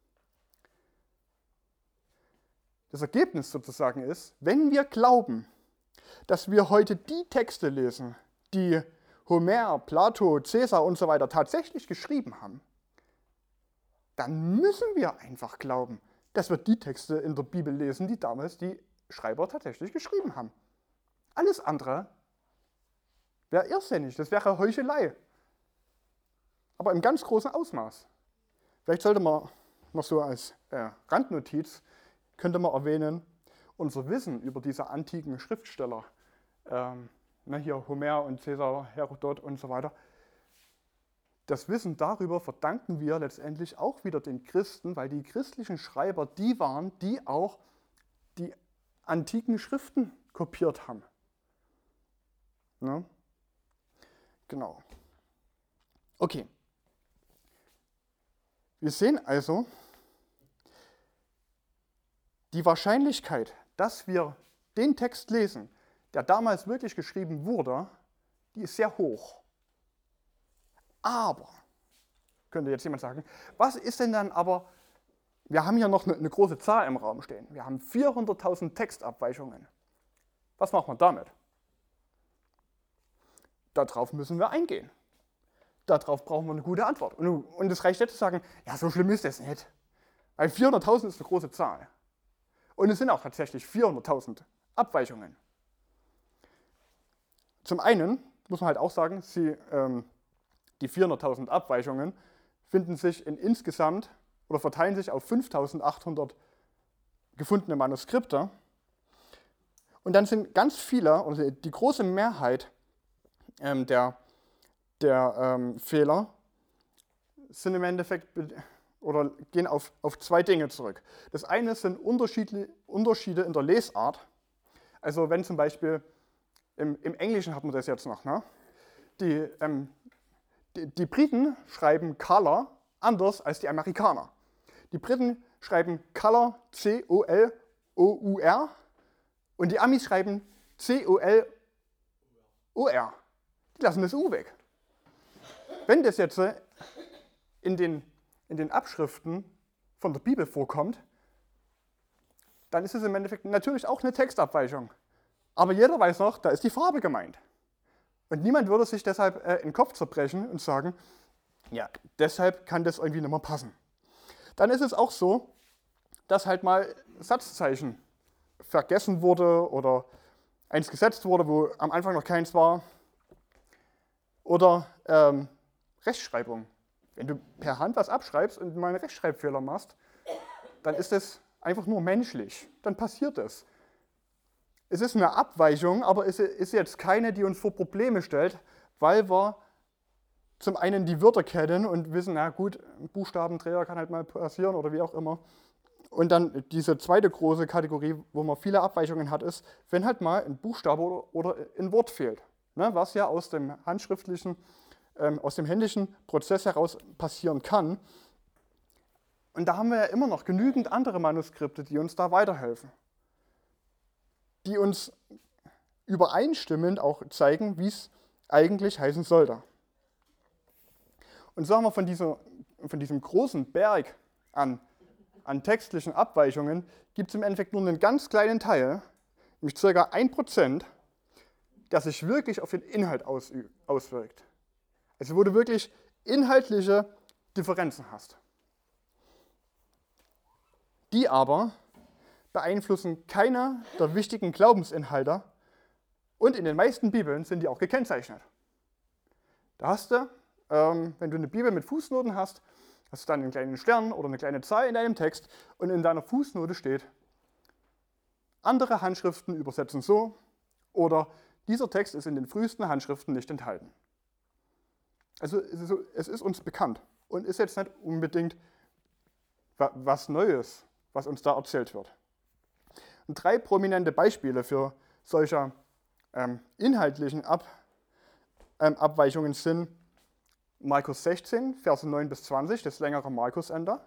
Das Ergebnis sozusagen ist, wenn wir glauben, dass wir heute die Texte lesen, die Homer, Plato, Caesar und so weiter tatsächlich geschrieben haben, dann müssen wir einfach glauben, dass wir die Texte in der Bibel lesen, die damals die Schreiber tatsächlich geschrieben haben. Alles andere wäre irrsinnig, das wäre Heuchelei. Aber im ganz großen Ausmaß. Vielleicht sollte man noch so als Randnotiz, könnte man erwähnen, unser Wissen über diese antiken Schriftsteller, hier Homer und Caesar, Herodot und so weiter, das Wissen darüber verdanken wir letztendlich auch wieder den Christen, weil die christlichen Schreiber die waren, die auch die antiken Schriften kopiert haben. Ne? Genau. Okay. Wir sehen also, die Wahrscheinlichkeit, dass wir den Text lesen, der damals wirklich geschrieben wurde, die ist sehr hoch. Aber, könnte jetzt jemand sagen, was ist denn dann aber, wir haben hier noch eine große Zahl im Raum stehen. Wir haben 400.000 Textabweichungen. Was machen wir damit? Darauf müssen wir eingehen. Darauf brauchen wir eine gute Antwort. Und es reicht nicht zu sagen, ja, so schlimm ist das nicht. Weil 400.000 ist eine große Zahl. Und es sind auch tatsächlich 400.000 Abweichungen. Zum einen muss man halt auch sagen, die 400.000 Abweichungen finden sich insgesamt oder verteilen sich auf 5.800 gefundene Manuskripte. Und dann sind ganz viele, oder die große Mehrheit der Fehler sind im Endeffekt oder gehen auf zwei Dinge zurück. Das eine sind Unterschiede in der Lesart. Also wenn zum Beispiel, im Englischen hat man das jetzt noch, ne? Die Briten schreiben Color anders als die Amerikaner. Die Briten schreiben Color C-O-L-O-U-R und die Amis schreiben C-O-L-O-R. Die lassen das U weg. Wenn das jetzt in den Abschriften von der Bibel vorkommt, dann ist es im Endeffekt natürlich auch eine Textabweichung. Aber jeder weiß noch, da ist die Farbe gemeint. Und niemand würde sich deshalb den Kopf zerbrechen und sagen, ja, deshalb kann das irgendwie nicht mehr passen. Dann ist es auch so, dass halt mal Satzzeichen vergessen wurde oder eins gesetzt wurde, wo am Anfang noch keins war. Oder Rechtschreibung. Wenn du per Hand was abschreibst und mal einen Rechtschreibfehler machst, dann ist das einfach nur menschlich. Dann passiert das. Es ist eine Abweichung, aber es ist jetzt keine, die uns vor Probleme stellt, weil wir zum einen die Wörter kennen und wissen, na gut, ein Buchstabendreher kann halt mal passieren oder wie auch immer. Und dann diese zweite große Kategorie, wo man viele Abweichungen hat, ist, wenn halt mal ein Buchstabe oder ein Wort fehlt. Ne, was ja aus dem handschriftlichen, aus dem händischen Prozess heraus passieren kann. Und da haben wir ja immer noch genügend andere Manuskripte, die uns da weiterhelfen. Die uns übereinstimmend auch zeigen, wie es eigentlich heißen sollte. Und so haben wir von diesem großen Berg an textlichen Abweichungen, gibt es im Endeffekt nur einen ganz kleinen Teil, nämlich ca. 1%, der sich wirklich auf den Inhalt auswirkt. Also wo du wirklich inhaltliche Differenzen hast. Die aber beeinflussen keiner der wichtigen Glaubensinhalte und in den meisten Bibeln sind die auch gekennzeichnet. Da hast du, wenn du eine Bibel mit Fußnoten hast, hast du dann einen kleinen Stern oder eine kleine Zahl in deinem Text und in deiner Fußnote steht, andere Handschriften übersetzen so oder dieser Text ist in den frühesten Handschriften nicht enthalten. Also es ist uns bekannt und ist jetzt nicht unbedingt was Neues, was uns da erzählt wird. Und 3 prominente Beispiele für solche inhaltlichen Abweichungen sind Markus 16, Verse 9 bis 20, das längere Markus-Ende.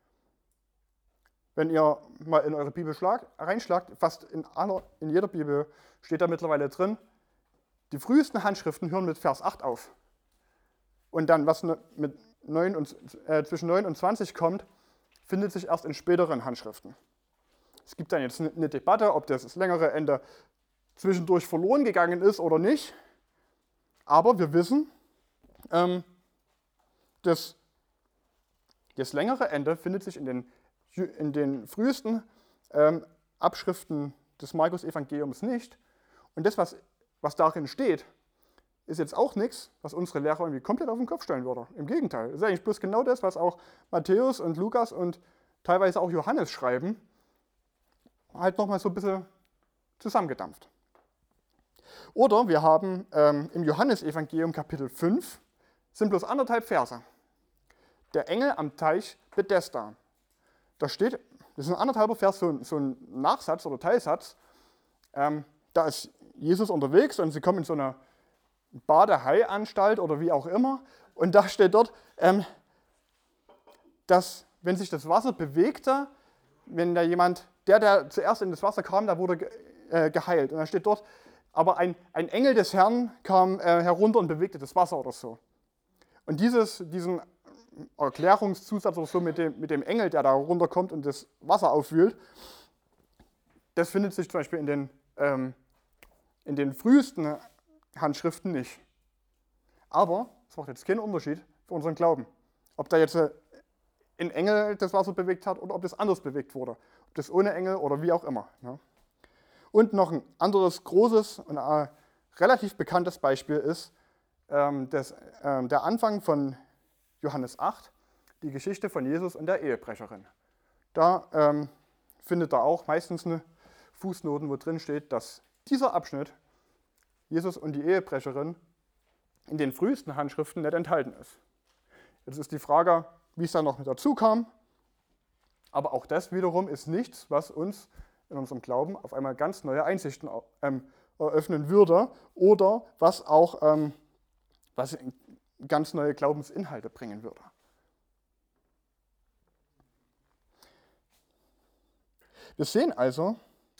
Wenn ihr mal in eure Bibel reinschlagt, fast in jeder Bibel steht da mittlerweile drin, die frühesten Handschriften hören mit Vers 8 auf. Und dann, was zwischen 9 und 20 kommt, findet sich erst in späteren Handschriften. Es gibt dann jetzt eine Debatte, ob das längere Ende zwischendurch verloren gegangen ist oder nicht. Aber wir wissen, das längere Ende findet sich in den frühesten Abschriften des Markus-Evangeliums nicht. Und das, was darin steht, ist jetzt auch nichts, was unsere Lehrer irgendwie komplett auf den Kopf stellen würde. Im Gegenteil, es ist eigentlich bloß genau das, was auch Matthäus und Lukas und teilweise auch Johannes schreiben, halt nochmal so ein bisschen zusammengedampft. Oder wir haben im Johannesevangelium Kapitel 5, sind bloß 1,5 Verse. Der Engel am Teich Bethesda. Da steht, das ist ein 1,5 Vers, so ein Nachsatz oder Teilsatz. Da ist Jesus unterwegs und sie kommen in so eine Badeheianstalt oder wie auch immer. Und da steht dort, dass wenn sich das Wasser bewegte, wenn da jemand, der zuerst in das Wasser kam, da wurde geheilt. Und dann steht dort, aber ein Engel des Herrn kam herunter und bewegte das Wasser oder so. Und diesen Erklärungszusatz oder so mit dem Engel, der da runterkommt und das Wasser aufwühlt, das findet sich zum Beispiel in den frühesten Handschriften nicht. Aber es macht jetzt keinen Unterschied für unseren Glauben, ob da jetzt ein Engel das Wasser bewegt hat oder ob das anders bewegt wurde. Ob das ohne Engel oder wie auch immer. Ja. Und noch ein anderes großes und relativ bekanntes Beispiel ist der Anfang von Johannes 8, die Geschichte von Jesus und der Ehebrecherin. Da findet er auch meistens eine Fußnoten, wo drin steht, dass dieser Abschnitt, Jesus und die Ehebrecherin, in den frühesten Handschriften nicht enthalten ist. Jetzt ist die Frage, wie es dann noch mit dazu kam, aber auch das wiederum ist nichts, was uns in unserem Glauben auf einmal ganz neue Einsichten eröffnen würde oder was auch was ganz neue Glaubensinhalte bringen würde. Wir sehen also,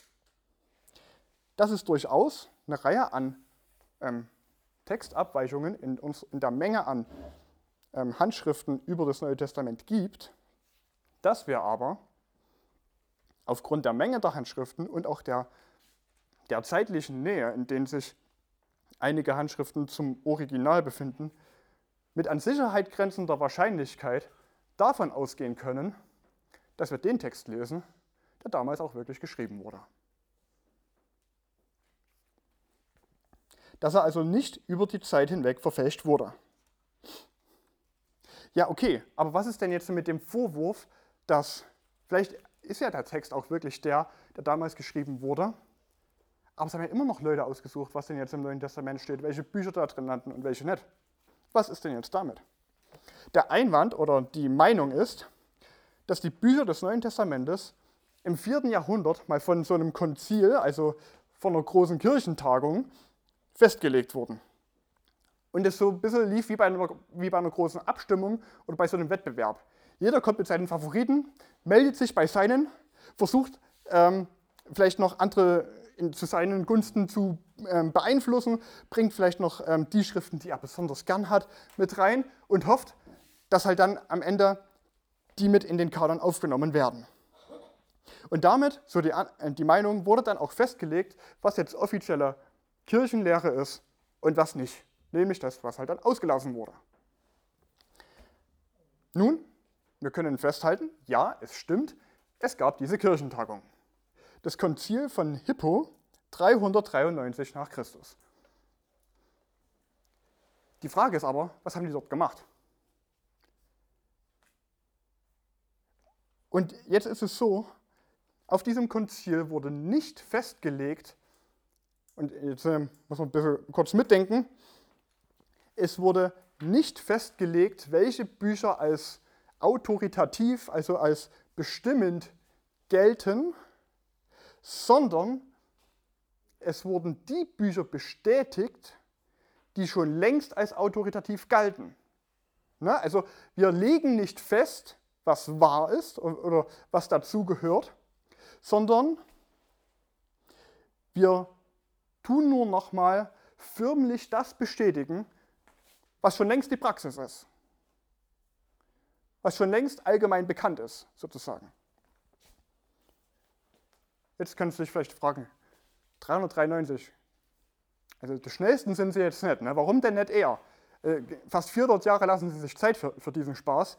dass es durchaus eine Reihe an Textabweichungen in der Menge an Handschriften über das Neue Testament gibt, dass wir aber aufgrund der Menge der Handschriften und auch der zeitlichen Nähe, in denen sich einige Handschriften zum Original befinden, mit an Sicherheit grenzender Wahrscheinlichkeit davon ausgehen können, dass wir den Text lesen, der damals auch wirklich geschrieben wurde. Dass er also nicht über die Zeit hinweg verfälscht wurde. Ja, okay, aber was ist denn jetzt mit dem Vorwurf, dass vielleicht ist ja der Text auch wirklich der damals geschrieben wurde, aber es haben ja immer noch Leute ausgesucht, was denn jetzt im Neuen Testament steht, welche Bücher da drin landen und welche nicht. Was ist denn jetzt damit? Der Einwand oder die Meinung ist, dass die Bücher des Neuen Testamentes im 4. Jahrhundert mal von so einem Konzil, also von einer großen Kirchentagung, festgelegt wurden. Und es so ein bisschen lief wie bei einer großen Abstimmung oder bei so einem Wettbewerb. Jeder kommt mit seinen Favoriten, meldet sich bei seinen, versucht vielleicht noch andere zu seinen Gunsten zu beeinflussen, bringt vielleicht noch die Schriften, die er besonders gern hat, mit rein und hofft, dass halt dann am Ende die mit in den Kanon aufgenommen werden. Und damit, so die Meinung, wurde dann auch festgelegt, was jetzt offizielle Kirchenlehre ist und was nicht. Nämlich das, was halt dann ausgelassen wurde. Nun, wir können festhalten, ja, es stimmt, es gab diese Kirchentagung. Das Konzil von Hippo 393 nach Christus. Die Frage ist aber, was haben die dort gemacht? Und jetzt ist es so, auf diesem Konzil wurde nicht festgelegt, und jetzt muss man ein bisschen kurz mitdenken, es wurde nicht festgelegt, welche Bücher als autoritativ, also als bestimmend gelten, sondern es wurden die Bücher bestätigt, die schon längst als autoritativ galten. Ne? Also wir legen nicht fest, was wahr ist oder was dazu gehört, sondern wir tun nur nochmal förmlich das bestätigen, was schon längst die Praxis ist. Was schon längst allgemein bekannt ist, sozusagen. Jetzt kannst du dich vielleicht fragen, 393, also die schnellsten sind sie jetzt nicht, ne? Warum denn nicht eher? Fast 400 Jahre lassen sie sich Zeit für diesen Spaß.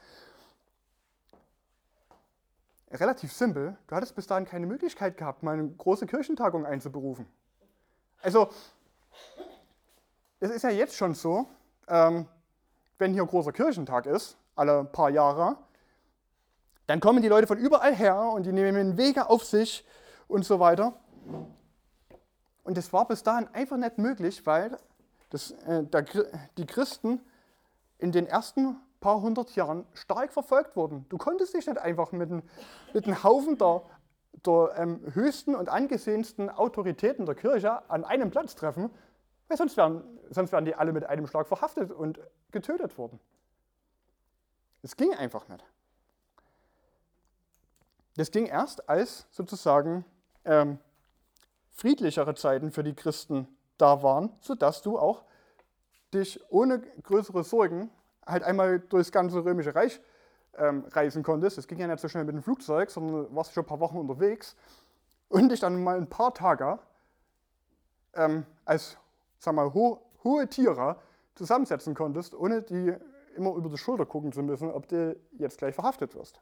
Relativ simpel, du hattest bis dahin keine Möglichkeit gehabt, mal eine große Kirchentagung einzuberufen. Also, es ist ja jetzt schon so, wenn hier ein großer Kirchentag ist, alle paar Jahre, dann kommen die Leute von überall her und die nehmen Wege auf sich und so weiter. Und das war bis dahin einfach nicht möglich, weil die Christen in den ersten paar hundert Jahren stark verfolgt wurden. Du konntest dich nicht einfach mit einem Haufen der höchsten und angesehensten Autoritäten der Kirche an einem Platz treffen, weil sonst wären die alle mit einem Schlag verhaftet und getötet worden. Es ging einfach nicht. Das ging erst, als sozusagen friedlichere Zeiten für die Christen da waren, sodass du auch dich ohne größere Sorgen halt einmal durchs ganze Römische Reich reisen konntest. Das ging ja nicht so schnell mit dem Flugzeug, sondern du warst schon ein paar Wochen unterwegs und dich dann mal ein paar Tage als, sag mal, hohe Tiere zusammensetzen konntest, ohne die immer über die Schulter gucken zu müssen, ob du jetzt gleich verhaftet wirst.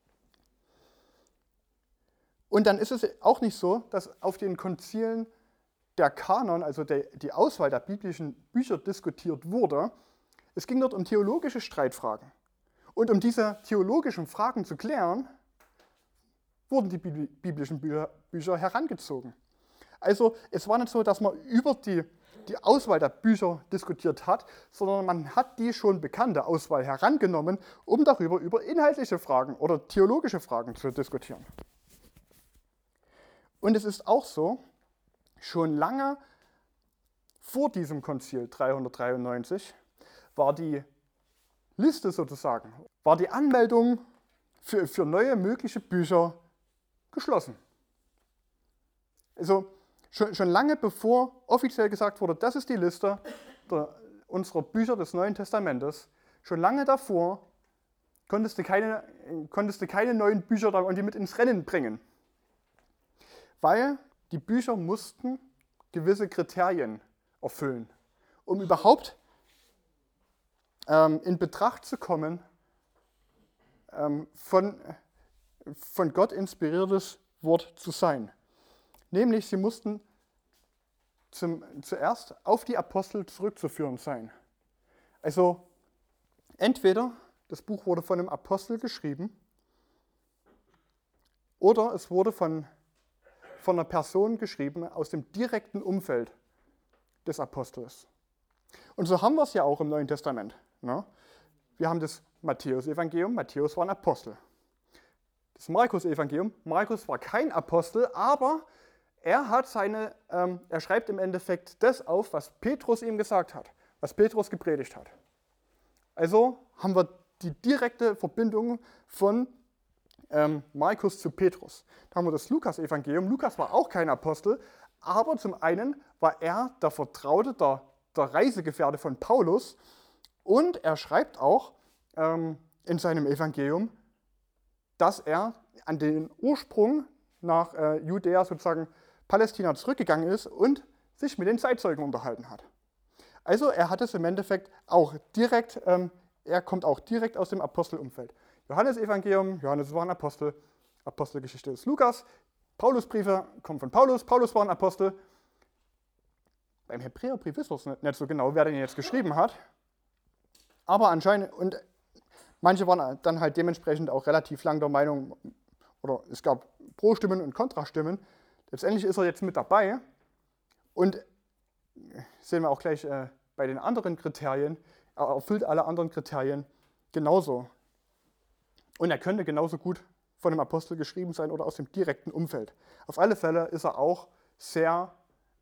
Und dann ist es auch nicht so, dass auf den Konzilen der Kanon, also die Auswahl der biblischen Bücher diskutiert wurde. Es ging dort um theologische Streitfragen. Und um diese theologischen Fragen zu klären, wurden die biblischen Bücher herangezogen. Also es war nicht so, dass man über die Auswahl der Bücher diskutiert hat, sondern man hat die schon bekannte Auswahl herangenommen, um darüber über inhaltliche Fragen oder theologische Fragen zu diskutieren. Und es ist auch so, schon lange vor diesem Konzil 393 war die Liste sozusagen, war die Anmeldung für neue mögliche Bücher geschlossen. Also schon lange bevor offiziell gesagt wurde, das ist die Liste unserer Bücher des Neuen Testamentes, schon lange davor konntest du keine neuen Bücher da irgendwie mit ins Rennen bringen. Weil die Bücher mussten gewisse Kriterien erfüllen, um überhaupt in Betracht zu kommen, von Gott inspiriertes Wort zu sein. Nämlich, sie mussten zuerst auf die Apostel zurückzuführen sein. Also entweder das Buch wurde von einem Apostel geschrieben oder es wurde von einer Person geschrieben aus dem direkten Umfeld des Apostels. Und so haben wir es ja auch im Neuen Testament. Ne? Wir haben das Matthäus-Evangelium, Matthäus war ein Apostel. Das Markus-Evangelium, Markus war kein Apostel, aber er schreibt im Endeffekt das auf, was Petrus ihm gesagt hat, was Petrus gepredigt hat. Also haben wir die direkte Verbindung von Markus zu Petrus. Da haben wir das Lukas-Evangelium. Lukas war auch kein Apostel, aber zum einen war er der Vertraute, der Reisegefährte von Paulus und er schreibt auch in seinem Evangelium, dass er an den Ursprung nach Judäa, sozusagen Palästina, zurückgegangen ist und sich mit den Zeitzeugen unterhalten hat. Also er hat es im Endeffekt auch direkt, er kommt auch direkt aus dem Apostelumfeld. Johannes-Evangelium, Johannes war ein Apostel, Apostelgeschichte ist Lukas, Paulusbriefe kommen von Paulus, Paulus war ein Apostel. Beim Hebräerbrief wissen wir es nicht so genau, wer den jetzt geschrieben hat, aber anscheinend, und manche waren dann halt dementsprechend auch relativ lang der Meinung, oder es gab Pro-Stimmen und Kontrastimmen, letztendlich ist er jetzt mit dabei und sehen wir auch gleich bei den anderen Kriterien, er erfüllt alle anderen Kriterien genauso. Und er könnte genauso gut von einem Apostel geschrieben sein oder aus dem direkten Umfeld. Auf alle Fälle ist er auch sehr,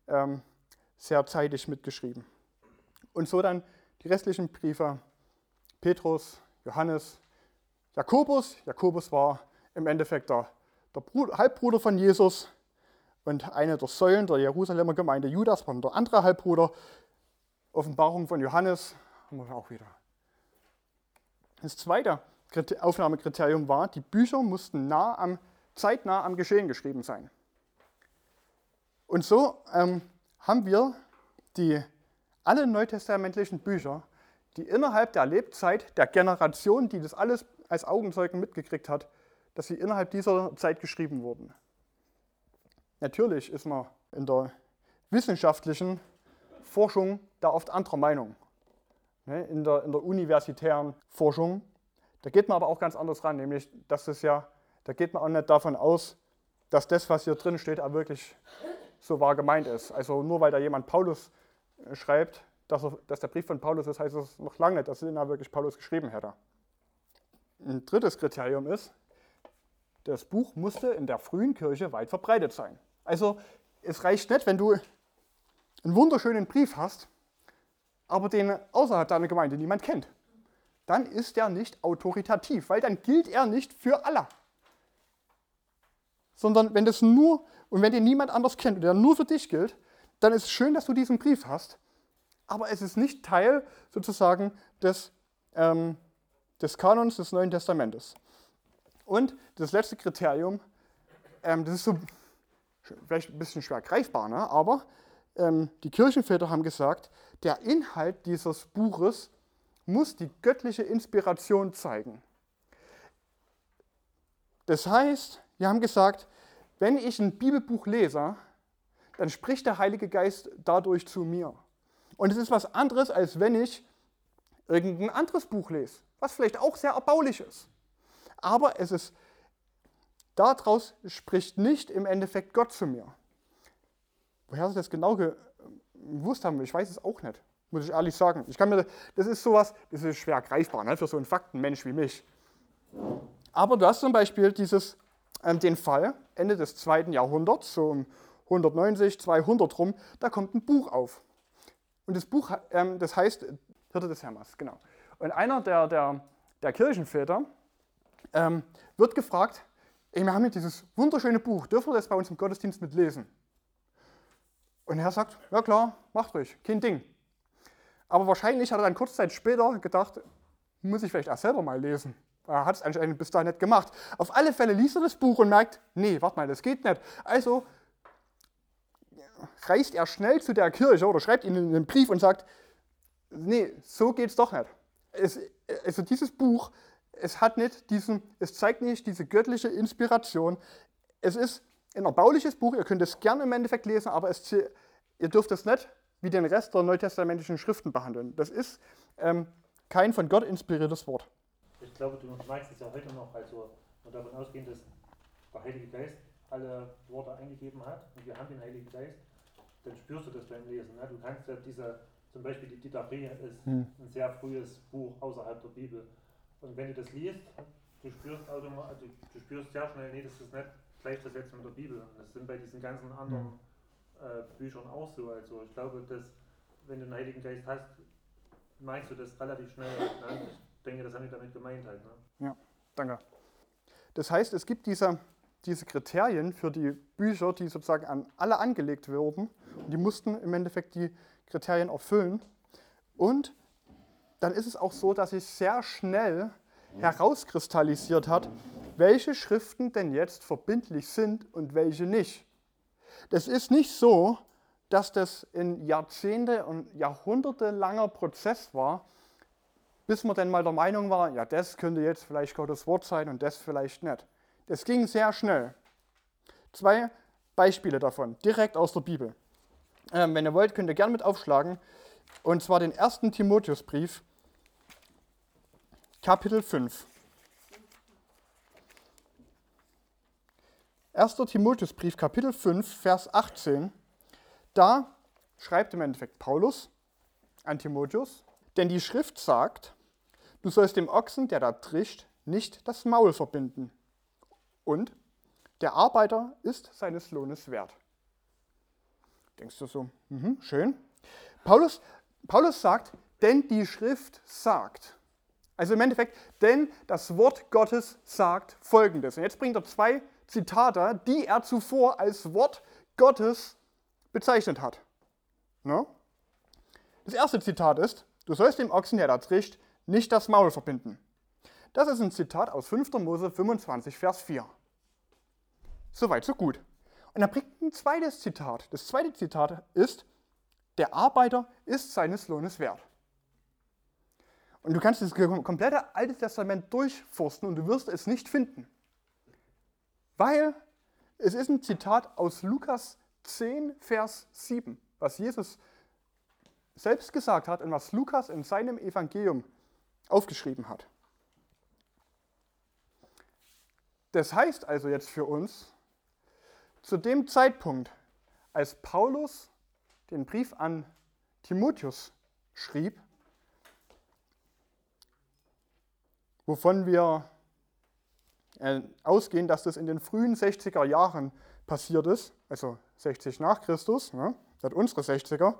sehr zeitig mitgeschrieben. Und so dann die restlichen Briefe Petrus, Johannes, Jakobus. Jakobus war im Endeffekt der Halbbruder von Jesus und eine der Säulen der Jerusalemer Gemeinde. Judas war der andere Halbbruder. Offenbarung von Johannes haben wir auch wieder. Das zweite Aufnahmekriterium war, die Bücher mussten zeitnah am Geschehen geschrieben sein. Und so haben wir alle neutestamentlichen Bücher, die innerhalb der Lebzeit der Generation, die das alles als Augenzeugen mitgekriegt hat, dass sie innerhalb dieser Zeit geschrieben wurden. Natürlich ist man in der wissenschaftlichen Forschung da oft anderer Meinung. In der universitären Forschung, da geht man aber auch ganz anders ran, nämlich, da geht man auch nicht davon aus, dass das, was hier drin steht, auch wirklich so wahr gemeint ist. Also nur weil da jemand Paulus schreibt, dass der Brief von Paulus ist, heißt es noch lange nicht, dass ihn da wirklich Paulus geschrieben hätte. Ein drittes Kriterium ist, das Buch musste in der frühen Kirche weit verbreitet sein. Also es reicht nicht, wenn du einen wunderschönen Brief hast, aber den außerhalb deiner Gemeinde niemand kennt. Dann ist der nicht autoritativ, weil dann gilt er nicht für alle. Sondern wenn den niemand anders kennt und der nur für dich gilt, dann ist es schön, dass du diesen Brief hast, aber es ist nicht Teil sozusagen des Kanons des Neuen Testamentes. Und das letzte Kriterium, das ist so vielleicht ein bisschen schwer greifbar, ne? Aber die Kirchenväter haben gesagt, der Inhalt dieses Buches muss die göttliche Inspiration zeigen. Das heißt, wir haben gesagt, wenn ich ein Bibelbuch lese, dann spricht der Heilige Geist dadurch zu mir. Und es ist was anderes, als wenn ich irgendein anderes Buch lese, was vielleicht auch sehr erbaulich ist. Aber daraus spricht nicht im Endeffekt Gott zu mir. Woher sie das genau gewusst haben, ich weiß es auch nicht, muss ich ehrlich sagen. Das ist sowas, das ist schwer greifbar, ne, für so einen Faktenmensch wie mich. Aber du hast zum Beispiel den Fall, Ende des 2. Jahrhunderts, so um 190, 200 rum, da kommt ein Buch auf. Und das Buch, das heißt Hirte des Hermas, genau. Und einer der Kirchenväter wird gefragt, wir haben hier dieses wunderschöne Buch, dürfen wir das bei uns im Gottesdienst mitlesen? Und er sagt, ja klar, macht ruhig, kein Ding. Aber wahrscheinlich hat er dann kurze Zeit später gedacht, muss ich vielleicht auch selber mal lesen. Er hat es anscheinend bis dahin nicht gemacht. Auf alle Fälle liest er das Buch und merkt, nee, warte mal, das geht nicht. Also reist er schnell zu der Kirche oder schreibt ihnen einen Brief und sagt, nee, so geht's doch nicht. Also dieses Buch, es zeigt nicht diese göttliche Inspiration. Es ist ein erbauliches Buch, ihr könnt es gerne im Endeffekt lesen, aber ihr dürft es nicht wie den Rest der neutestamentlichen Schriften behandeln. Das ist kein von Gott inspiriertes Wort. Ich glaube, du merkst es ja heute noch, also davon ausgehend, dass der Heilige Geist alle Worte eingegeben hat und wir haben den Heiligen Geist, dann spürst du das beim Lesen. Ne? Du kannst ja zum Beispiel die Didache ist ein sehr frühes Buch außerhalb der Bibel. Und wenn du das liest, du spürst sehr schnell, nee, das ist nicht gleichzusetzen mit der Bibel. Das sind bei diesen ganzen anderen Büchern auch so. Also ich glaube, dass wenn du einen Heiligen Geist hast, merkst du das relativ schnell. Ne? Ich denke, das haben die damit gemeint halt. Ne? Ja, danke. Das heißt, es gibt diese Kriterien für die Bücher, die sozusagen an alle angelegt wurden. Und die mussten im Endeffekt die Kriterien erfüllen. Und dann ist es auch so, dass sich sehr schnell herauskristallisiert hat, welche Schriften denn jetzt verbindlich sind und welche nicht. Das ist nicht so, dass das ein Jahrzehnte- und Jahrhunderte langer Prozess war, bis man dann mal der Meinung war, ja, das könnte jetzt vielleicht Gottes Wort sein und das vielleicht nicht. Das ging sehr schnell. 2 Beispiele davon, direkt aus der Bibel. Wenn ihr wollt, könnt ihr gerne mit aufschlagen. Und zwar den 1. Timotheusbrief, Kapitel 5. 1. Timotheusbrief, Kapitel 5, Vers 18. Da schreibt im Endeffekt Paulus an Timotheus, denn die Schrift sagt, du sollst dem Ochsen, der da trischt, nicht das Maul verbinden. Und der Arbeiter ist seines Lohnes wert. Denkst du so, schön. Paulus sagt, denn die Schrift sagt. Also im Endeffekt, denn das Wort Gottes sagt Folgendes. Und jetzt bringt er 2 Zitate, die er zuvor als Wort Gottes bezeichnet hat. Ne? Das erste Zitat ist, du sollst dem Ochsen, der da trägt, nicht das Maul verbinden. Das ist ein Zitat aus 5. Mose 25, Vers 4. Soweit, so gut. Und er bringt ein zweites Zitat. Das zweite Zitat ist, der Arbeiter ist seines Lohnes wert. Und du kannst das komplette Alte Testament durchforsten und du wirst es nicht finden. Weil es ist ein Zitat aus Lukas 10, Vers 7, was Jesus selbst gesagt hat und was Lukas in seinem Evangelium aufgeschrieben hat. Das heißt also jetzt für uns, zu dem Zeitpunkt, als Paulus den Brief an Timotheus schrieb, wovon wir ausgehen, dass das in den frühen 60er Jahren passiert ist, also 60 nach Christus, ne, seit unsere 60er,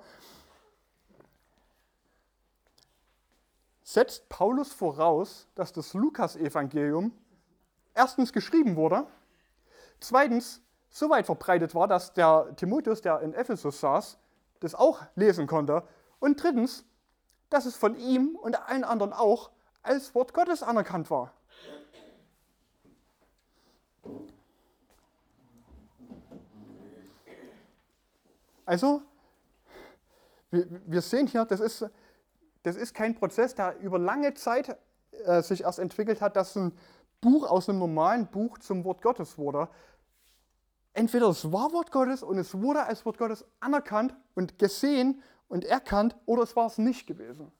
setzt Paulus voraus, dass das Lukas-Evangelium erstens geschrieben wurde, zweitens so weit verbreitet war, dass der Timotheus, der in Ephesus saß, das auch lesen konnte und drittens, dass es von ihm und allen anderen auch als Wort Gottes anerkannt war. Also, wir sehen hier, das ist kein Prozess, der über lange Zeit sich erst entwickelt hat, dass ein Buch aus einem normalen Buch zum Wort Gottes wurde. Entweder es war Wort Gottes und es wurde als Wort Gottes anerkannt und gesehen und erkannt, oder es war es nicht gewesen.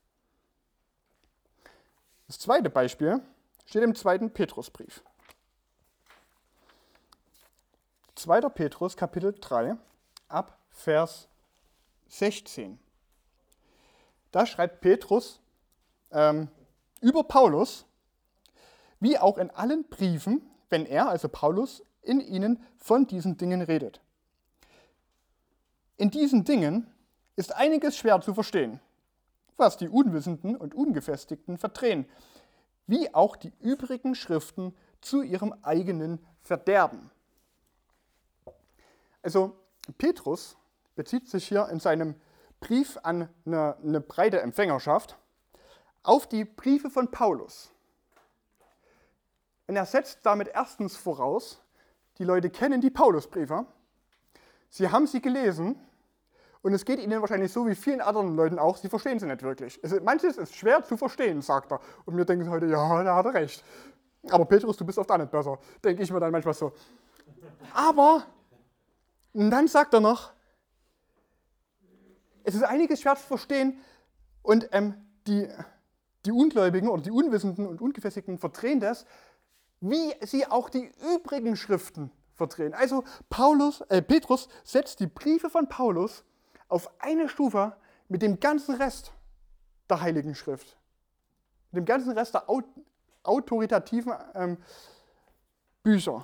Das zweite Beispiel steht im 2. Petrusbrief. 2. Petrus, Kapitel 3, ab Vers 16. Da schreibt Petrus über Paulus, wie auch in allen Briefen, wenn er, also Paulus, in ihnen von diesen Dingen redet. In diesen Dingen ist einiges schwer zu verstehen, was die Unwissenden und Ungefestigten verdrehen, wie auch die übrigen Schriften zu ihrem eigenen Verderben. Also Petrus bezieht sich hier in seinem Brief an eine breite Empfängerschaft auf die Briefe von Paulus. Und er setzt damit erstens voraus, die Leute kennen die Paulusbriefe, sie haben sie gelesen und es geht ihnen wahrscheinlich so wie vielen anderen Leuten auch, sie verstehen sie nicht wirklich. Manches ist schwer zu verstehen, sagt er. Und wir denken heute, ja, da hat er recht. Aber Petrus, du bist oft auch nicht besser, denke ich mir dann manchmal so. Aber, und dann sagt er noch, es ist einiges schwer zu verstehen und die Ungläubigen oder die Unwissenden und Ungefestigten verdrehen das, wie sie auch die übrigen Schriften verdrehen. Also Petrus setzt die Briefe von Paulus auf eine Stufe mit dem ganzen Rest der Heiligen Schrift. Mit dem ganzen Rest der autoritativen Bücher.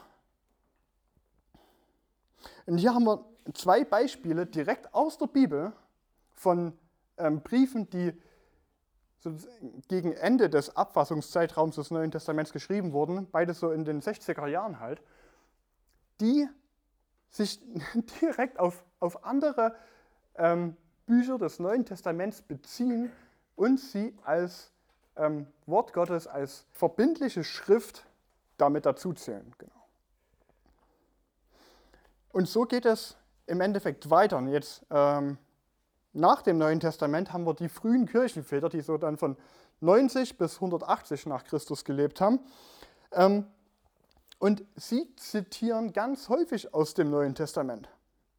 Und hier haben wir 2 Beispiele direkt aus der Bibel von Briefen, die so gegen Ende des Abfassungszeitraums des Neuen Testaments geschrieben wurden, beides so in den 60er Jahren halt, die sich direkt auf andere Bücher des Neuen Testaments beziehen und sie als Wort Gottes, als verbindliche Schrift damit dazuzählen. Genau. Und so geht es im Endeffekt weiter. Und jetzt nach dem Neuen Testament haben wir die frühen Kirchenväter, die so dann von 90 bis 180 nach Christus gelebt haben. Und sie zitieren ganz häufig aus dem Neuen Testament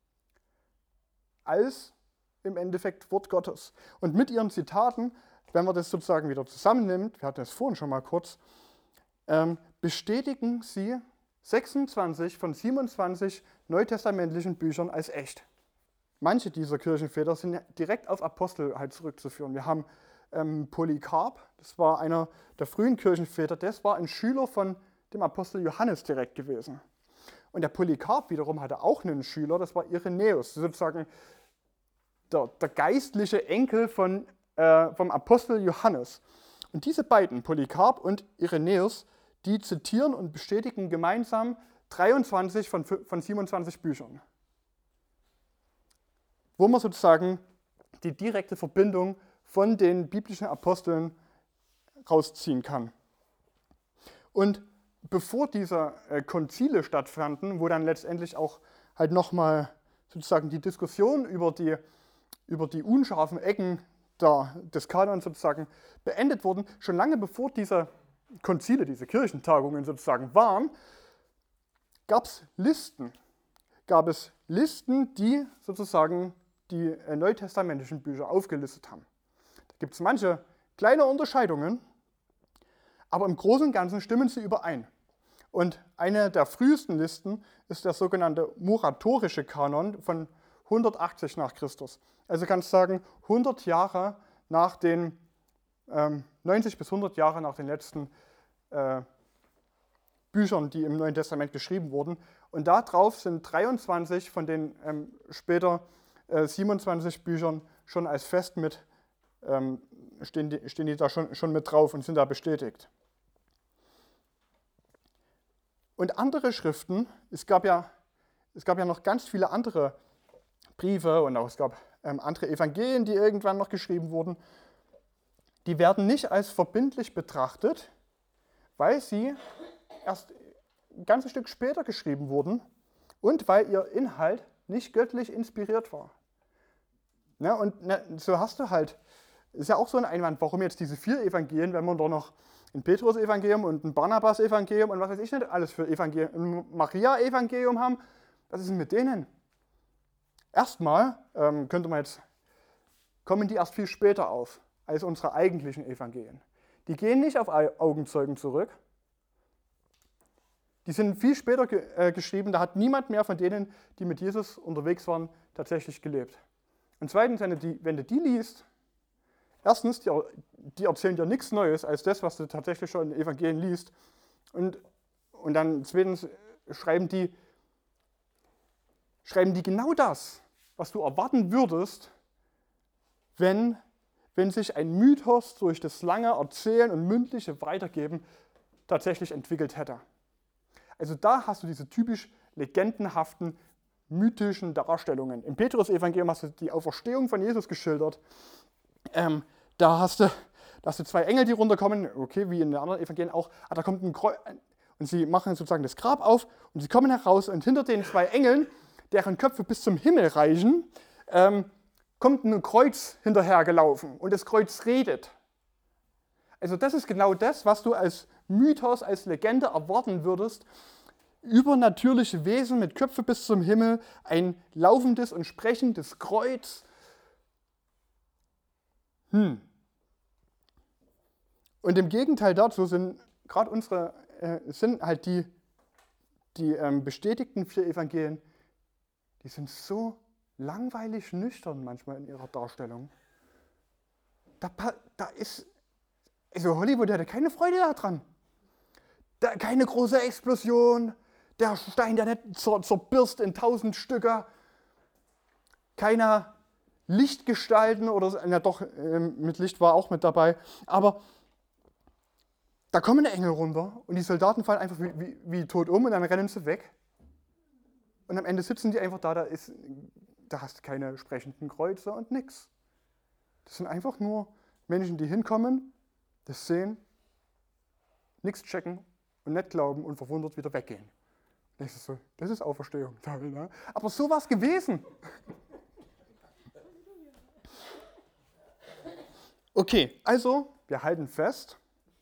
als im Endeffekt Wort Gottes. Und mit ihren Zitaten, wenn man das sozusagen wieder zusammennimmt, wir hatten das vorhin schon mal kurz, bestätigen sie 26 von 27 neutestamentlichen Büchern als echt. Manche dieser Kirchenväter sind direkt auf Apostel halt zurückzuführen. Wir haben Polycarp, das war einer der frühen Kirchenväter, das war ein Schüler von dem Apostel Johannes direkt gewesen. Und der Polycarp wiederum hatte auch einen Schüler, das war Irenäus, sozusagen der geistliche Enkel vom Apostel Johannes. Und diese beiden, Polycarp und Irenäus, die zitieren und bestätigen gemeinsam 23 von 27 Büchern, wo man sozusagen die direkte Verbindung von den biblischen Aposteln rausziehen kann. Und bevor diese Konzile stattfanden, wo dann letztendlich auch halt nochmal sozusagen die Diskussion über die unscharfen Ecken des Kanons sozusagen beendet wurden, schon lange bevor diese Konzile, diese Kirchentagungen sozusagen waren, gab es Listen, die sozusagen die neutestamentlichen Bücher aufgelistet haben. Da gibt es manche kleine Unterscheidungen, aber im Großen und Ganzen stimmen sie überein. Und eine der frühesten Listen ist der sogenannte Muratorische Kanon von 180 nach Christus. Also kannst du sagen, 100 Jahre nach den 90 bis 100 Jahre nach den letzten Büchern, die im Neuen Testament geschrieben wurden. Und darauf sind 23 von den später 27 Büchern schon als fest mit, stehen die da schon mit drauf und sind da bestätigt. Und andere Schriften, es gab ja noch ganz viele andere Briefe und auch es gab andere Evangelien, die irgendwann noch geschrieben wurden, die werden nicht als verbindlich betrachtet, weil sie erst ein ganzes Stück später geschrieben wurden und weil ihr Inhalt nicht göttlich inspiriert war. Ne, und so hast du halt, ist ja auch so ein Einwand, warum jetzt diese 4 Evangelien, wenn man da noch ein Petrus-Evangelium und ein Barnabas-Evangelium und was weiß ich nicht alles für Evangelien, ein Maria-Evangelium haben, was ist denn mit denen? Erstmal kommen die erst viel später auf als unsere eigentlichen Evangelien. Die gehen nicht auf Augenzeugen zurück. Die sind viel später geschrieben, da hat niemand mehr von denen, die mit Jesus unterwegs waren, tatsächlich gelebt. Und zweitens, wenn du die liest, erstens, die erzählen dir nichts Neues als das, was du tatsächlich schon in den Evangelien liest. Und dann zweitens schreiben die genau das, was du erwarten würdest, wenn sich ein Mythos durch das lange Erzählen und mündliche Weitergeben tatsächlich entwickelt hätte. Also da hast du diese typisch legendenhaften, mythischen Darstellungen. Im Petrus-Evangelium hast du die Auferstehung von Jesus geschildert. Da hast du 2 Engel, die runterkommen, okay, wie in den anderen Evangelien auch. Aber da kommt ein Kreuz und sie machen sozusagen das Grab auf und sie kommen heraus und hinter den 2 Engeln, deren Köpfe bis zum Himmel reichen, kommt ein Kreuz hinterhergelaufen und das Kreuz redet. Also das ist genau das, was du als Mythos, als Legende erwarten würdest. Übernatürliche Wesen mit Köpfe bis zum Himmel, ein laufendes und sprechendes Kreuz. Und im Gegenteil dazu sind gerade sind halt die bestätigten 4 Evangelien, die sind so langweilig nüchtern manchmal in ihrer Darstellung. Da ist, also Hollywood hatte keine Freude daran. Keine große Explosion, der Stein, der nicht zerbirst in 1000 Stücke, keine Lichtgestalten oder, na doch, mit Licht war auch mit dabei, aber da kommen die Engel runter und die Soldaten fallen einfach wie tot um und dann rennen sie weg. Und am Ende sitzen die einfach da hast du keine sprechenden Kreuze und nix. Das sind einfach nur Menschen, die hinkommen, das sehen, nichts checken und nicht glauben und verwundert wieder weggehen. Das ist Auferstehung. Aber so war es gewesen. Okay, also wir halten fest,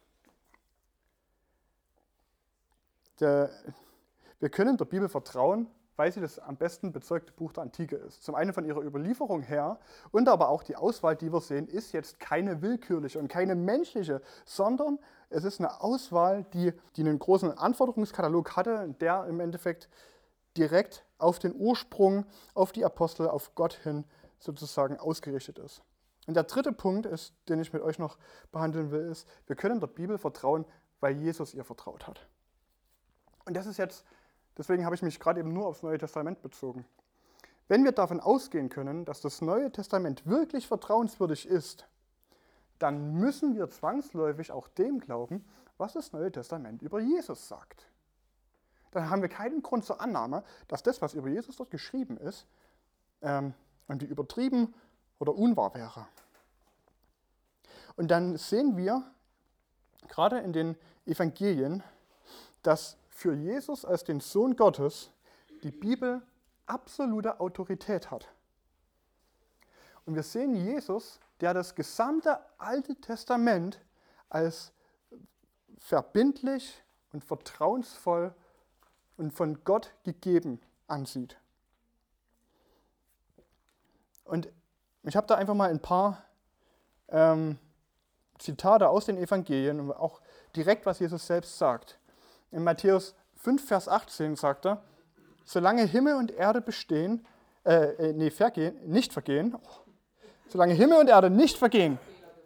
wir können der Bibel vertrauen, weil sie das am besten bezeugte Buch der Antike ist. Zum einen von ihrer Überlieferung her und aber auch die Auswahl, die wir sehen, ist jetzt keine willkürliche und keine menschliche, sondern es ist eine Auswahl, die einen großen Anforderungskatalog hatte, der im Endeffekt direkt auf den Ursprung, auf die Apostel, auf Gott hin sozusagen ausgerichtet ist. Und der dritte Punkt, den ich mit euch noch behandeln will, ist, wir können der Bibel vertrauen, weil Jesus ihr vertraut hat. Und das ist jetzt, deswegen habe ich mich gerade eben nur aufs Neue Testament bezogen. Wenn wir davon ausgehen können, dass das Neue Testament wirklich vertrauenswürdig ist, dann müssen wir zwangsläufig auch dem glauben, was das Neue Testament über Jesus sagt. Dann haben wir keinen Grund zur Annahme, dass das, was über Jesus dort geschrieben ist, irgendwie übertrieben oder unwahr wäre. Und dann sehen wir, gerade in den Evangelien, dass für Jesus als den Sohn Gottes die Bibel absolute Autorität hat. Und wir sehen Jesus, der das gesamte Alte Testament als verbindlich und vertrauensvoll und von Gott gegeben ansieht. Und ich habe da einfach mal ein paar Zitate aus den Evangelien und auch direkt, was Jesus selbst sagt. In Matthäus 5, Vers 18 sagt er, solange Himmel und Erde nicht vergehen, solange Himmel und Erde nicht vergehen,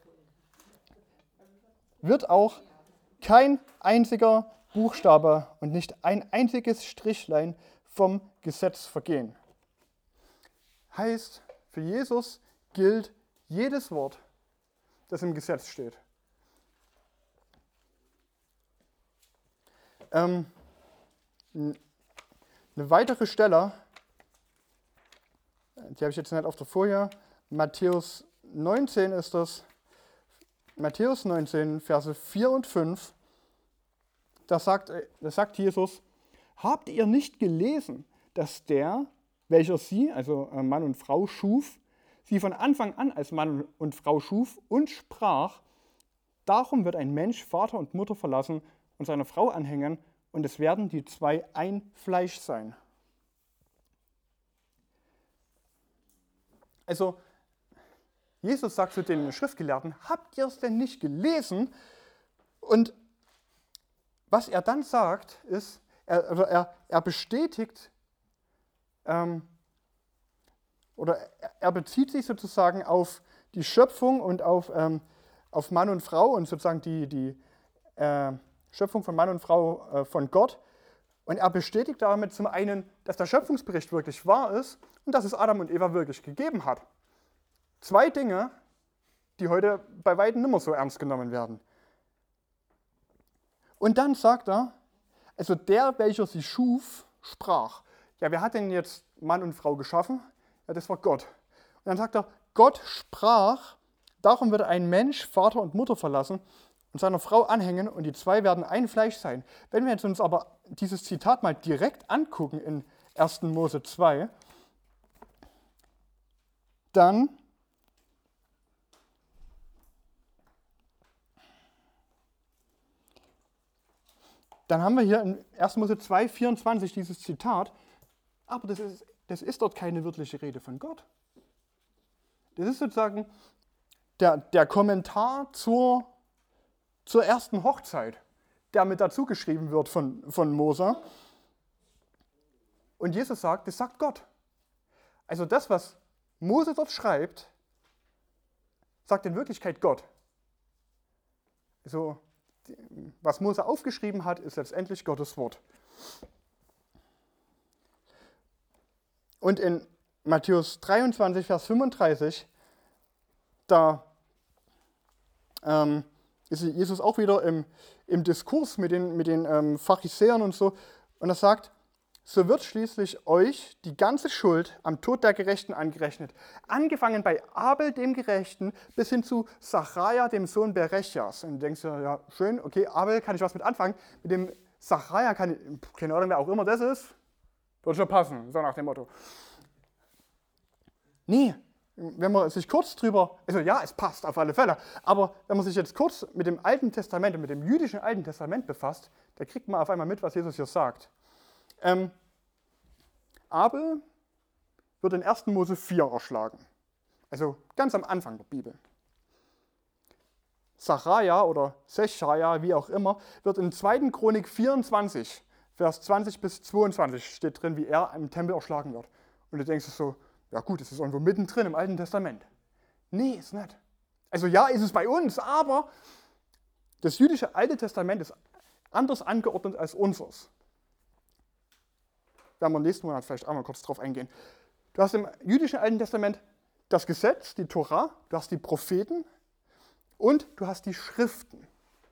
wird auch kein einziger Buchstabe und nicht ein einziges Strichlein vom Gesetz vergehen. Heißt, für Jesus gilt jedes Wort, das im Gesetz steht. Eine weitere Stelle, die habe ich jetzt nicht auf der Folie, Matthäus 19 ist das, Matthäus 19, Verse 4 und 5, da sagt Jesus, habt ihr nicht gelesen, dass der, welcher sie, also Mann und Frau, schuf, sie von Anfang an als Mann und Frau schuf und sprach, darum wird ein Mensch Vater und Mutter verlassen und seiner Frau anhängen, und es werden die zwei ein Fleisch sein. Also, Jesus sagt zu den Schriftgelehrten, habt ihr es denn nicht gelesen? Und was er dann sagt, ist, er bestätigt, oder er bezieht sich sozusagen auf die Schöpfung und auf Mann und Frau und sozusagen die Schöpfung von Mann und Frau von Gott. Und er bestätigt damit zum einen, dass der Schöpfungsbericht wirklich wahr ist und dass es Adam und Eva wirklich gegeben hat. Zwei Dinge, die heute bei weitem nicht mehr so ernst genommen werden. Und dann sagt er, also der, welcher sie schuf, sprach. Ja, wer hat denn jetzt Mann und Frau geschaffen? Ja, das war Gott. Und dann sagt er, Gott sprach, darum wird ein Mensch Vater und Mutter verlassen und seiner Frau anhängen und die zwei werden ein Fleisch sein. Wenn wir jetzt uns aber dieses Zitat mal direkt angucken in 1. Mose 2, dann haben wir hier in 1. Mose 2, 24 dieses Zitat, aber das ist dort keine wirkliche Rede von Gott. Das ist sozusagen der Kommentar zur ersten Hochzeit, der mit dazu geschrieben wird von Mose. Und Jesus sagt, das sagt Gott. Also das, was Mose dort schreibt, sagt in Wirklichkeit Gott. Also was Mose aufgeschrieben hat, ist letztendlich Gottes Wort. Und in Matthäus 23, Vers 35, da ist Jesus auch wieder im Diskurs mit den Pharisäern und so. Und er sagt, so wird schließlich euch die ganze Schuld am Tod der Gerechten angerechnet. Angefangen bei Abel, dem Gerechten, bis hin zu Sacharja, dem Sohn Berechjas. Und du denkst dir, ja, schön, okay, Abel kann ich was mit anfangen. Mit dem Sacharja kann ich, keine Ahnung, wer auch immer das ist, wird schon passen, so nach dem Motto. Nee, wenn man sich kurz drüber, also ja, es passt auf alle Fälle, aber wenn man sich jetzt kurz mit dem Alten Testament und mit dem jüdischen Alten Testament befasst, da kriegt man auf einmal mit, was Jesus hier sagt. Abel wird in 1. Mose 4 erschlagen, also ganz am Anfang der Bibel. Sacharja oder Secharja, wie auch immer, wird in 2. Chronik 24, Vers 20 bis 22 steht drin, wie er im Tempel erschlagen wird. Und du denkst so, ja gut, das ist irgendwo mittendrin im Alten Testament. Nee, ist nicht. Also ja, ist es bei uns, aber das jüdische Alte Testament ist anders angeordnet als unseres. Werden wir nächsten Monat vielleicht auch mal kurz drauf eingehen. Du hast im jüdischen Alten Testament das Gesetz, die Tora, du hast die Propheten Und du hast die Schriften.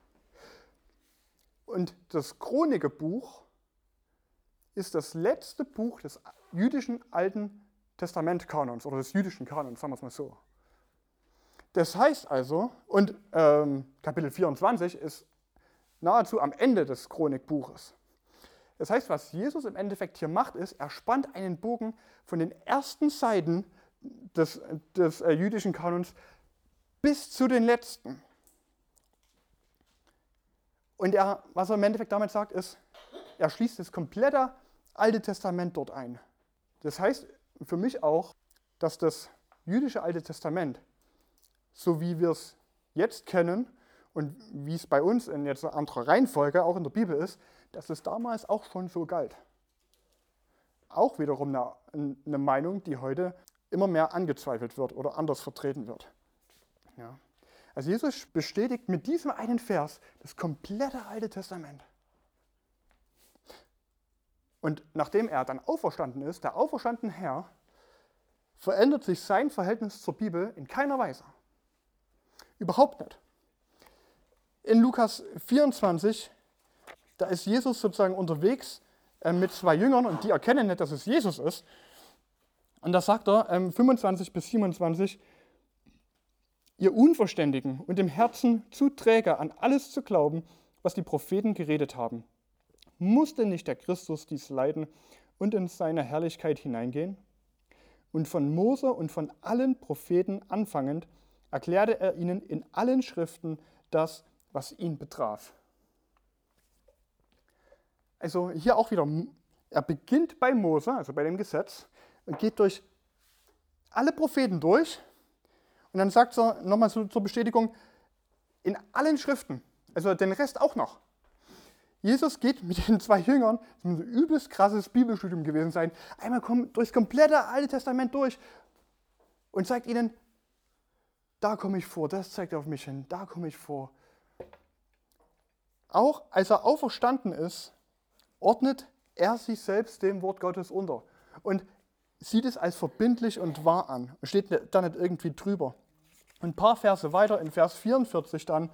Und das Chronikebuch ist das letzte Buch des jüdischen Alten Testamentkanons oder des jüdischen Kanons, sagen wir es mal so. Das heißt also, und Kapitel 24 ist nahezu am Ende des Chronikbuches. Das heißt, was Jesus im Endeffekt hier macht, ist, er spannt einen Bogen von den ersten Seiten des jüdischen Kanons bis zu den letzten. Und was er im Endeffekt damit sagt, ist, er schließt das komplette Alte Testament dort ein. Das heißt für mich auch, dass das jüdische Alte Testament, so wie wir es jetzt kennen und wie es bei uns in jetzt anderer Reihenfolge auch in der Bibel ist, dass es damals auch schon so galt. Auch wiederum eine Meinung, die heute immer mehr angezweifelt wird oder anders vertreten wird. Ja. Also Jesus bestätigt mit diesem einen Vers das komplette Alte Testament. Und nachdem er dann auferstanden ist, der auferstandene Herr, verändert sich sein Verhältnis zur Bibel in keiner Weise. Überhaupt nicht. In Lukas 24, da ist Jesus sozusagen unterwegs mit 2 Jüngern und die erkennen nicht, dass es Jesus ist. Und da sagt er, 25 bis 27, ihr Unverständigen und im Herzen zu träge, an alles zu glauben, was die Propheten geredet haben. Musste nicht der Christus dies leiden und in seine Herrlichkeit hineingehen? Und von Mose und von allen Propheten anfangend erklärte er ihnen in allen Schriften das, was ihn betraf. Also hier auch wieder, er beginnt bei Mose, also bei dem Gesetz, und geht durch alle Propheten durch. Und dann sagt er nochmal zur Bestätigung, in allen Schriften, also den Rest auch noch. Jesus geht mit den 2 Jüngern, das muss ein übelst krasses Bibelstudium gewesen sein, einmal durchs komplette Alte Testament durch und zeigt ihnen, da komme ich vor, das zeigt auf mich hin, da komme ich vor. Auch als er auferstanden ist, ordnet er sich selbst dem Wort Gottes unter und sieht es als verbindlich und wahr an und steht da nicht irgendwie drüber. Ein paar Verse weiter, in Vers 44 dann,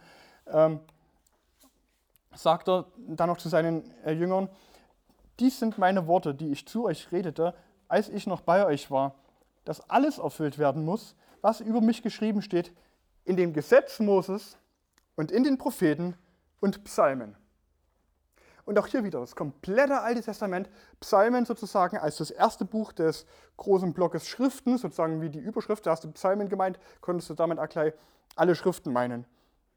sagt er dann noch zu seinen Jüngern, dies sind meine Worte, die ich zu euch redete, als ich noch bei euch war, dass alles erfüllt werden muss, was über mich geschrieben steht, in dem Gesetz Moses und in den Propheten und Psalmen. Und auch hier wieder das komplette Alte Testament, Psalmen sozusagen als das erste Buch des großen Blockes Schriften, sozusagen wie die Überschrift, da hast du Psalmen gemeint, konntest du damit auch gleich alle Schriften meinen.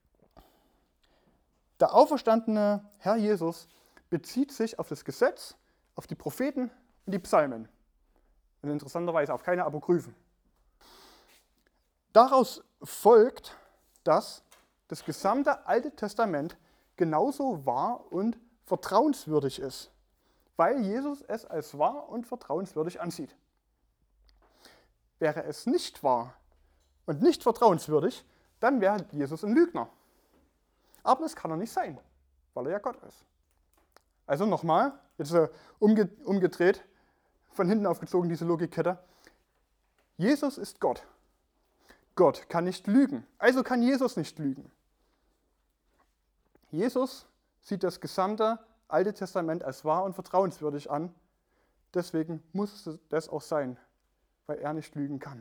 Der auferstandene Herr Jesus bezieht sich auf das Gesetz, auf die Propheten und die Psalmen. Und interessanterweise auf keine Apokryphen. Daraus folgt, dass das gesamte Alte Testament genauso wahr und vertrauenswürdig ist, weil Jesus es als wahr und vertrauenswürdig ansieht. Wäre es nicht wahr und nicht vertrauenswürdig, dann wäre Jesus ein Lügner. Aber das kann er nicht sein, weil er ja Gott ist. Also nochmal, jetzt umgedreht, von hinten aufgezogen diese Logikkette. Jesus ist Gott. Gott kann nicht lügen, also kann Jesus nicht lügen. Jesus sieht das gesamte Alte Testament als wahr und vertrauenswürdig an. Deswegen muss es das auch sein, weil er nicht lügen kann.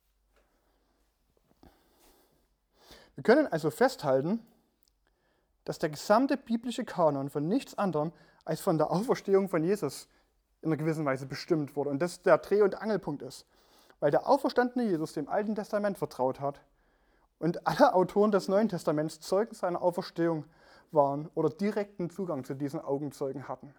Wir können also festhalten, dass der gesamte biblische Kanon von nichts anderem als von der Auferstehung von Jesus in einer gewissen Weise bestimmt wurde. Und das der Dreh- und Angelpunkt ist. Weil der auferstandene Jesus dem Alten Testament vertraut hat und alle Autoren des Neuen Testaments Zeugen seiner Auferstehung waren oder direkten Zugang zu diesen Augenzeugen hatten.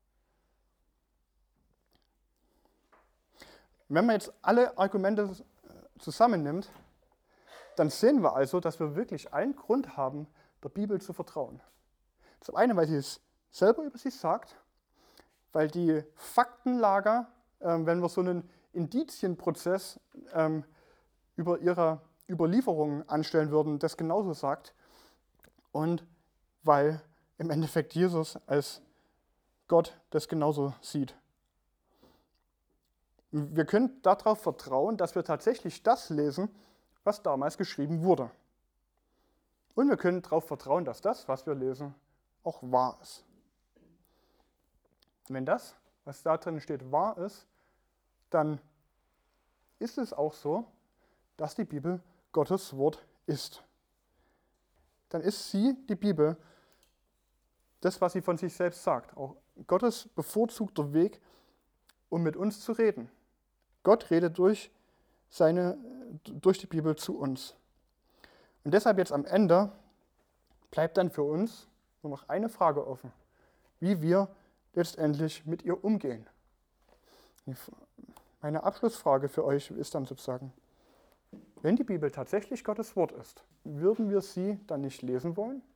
Wenn man jetzt alle Argumente zusammennimmt, dann sehen wir also, dass wir wirklich einen Grund haben, der Bibel zu vertrauen. Zum einen, weil sie es selber über sich sagt, weil die Faktenlage, wenn wir so einen Indizienprozess über ihre Überlieferungen anstellen würden, das genauso sagt. Und weil im Endeffekt Jesus als Gott das genauso sieht. Wir können darauf vertrauen, dass wir tatsächlich das lesen, was damals geschrieben wurde. Und wir können darauf vertrauen, dass das, was wir lesen, auch wahr ist. Wenn das, was da drin steht, wahr ist, dann ist es auch so, dass die Bibel Gottes Wort ist. Dann ist sie, die Bibel, das, was sie von sich selbst sagt. Auch Gottes bevorzugter Weg, um mit uns zu reden. Gott redet durch die Bibel zu uns. Und deshalb jetzt am Ende bleibt dann für uns nur noch eine Frage offen, wie wir letztendlich mit ihr umgehen. Meine Abschlussfrage für euch ist dann sozusagen, wenn die Bibel tatsächlich Gottes Wort ist, würden wir sie dann nicht lesen wollen?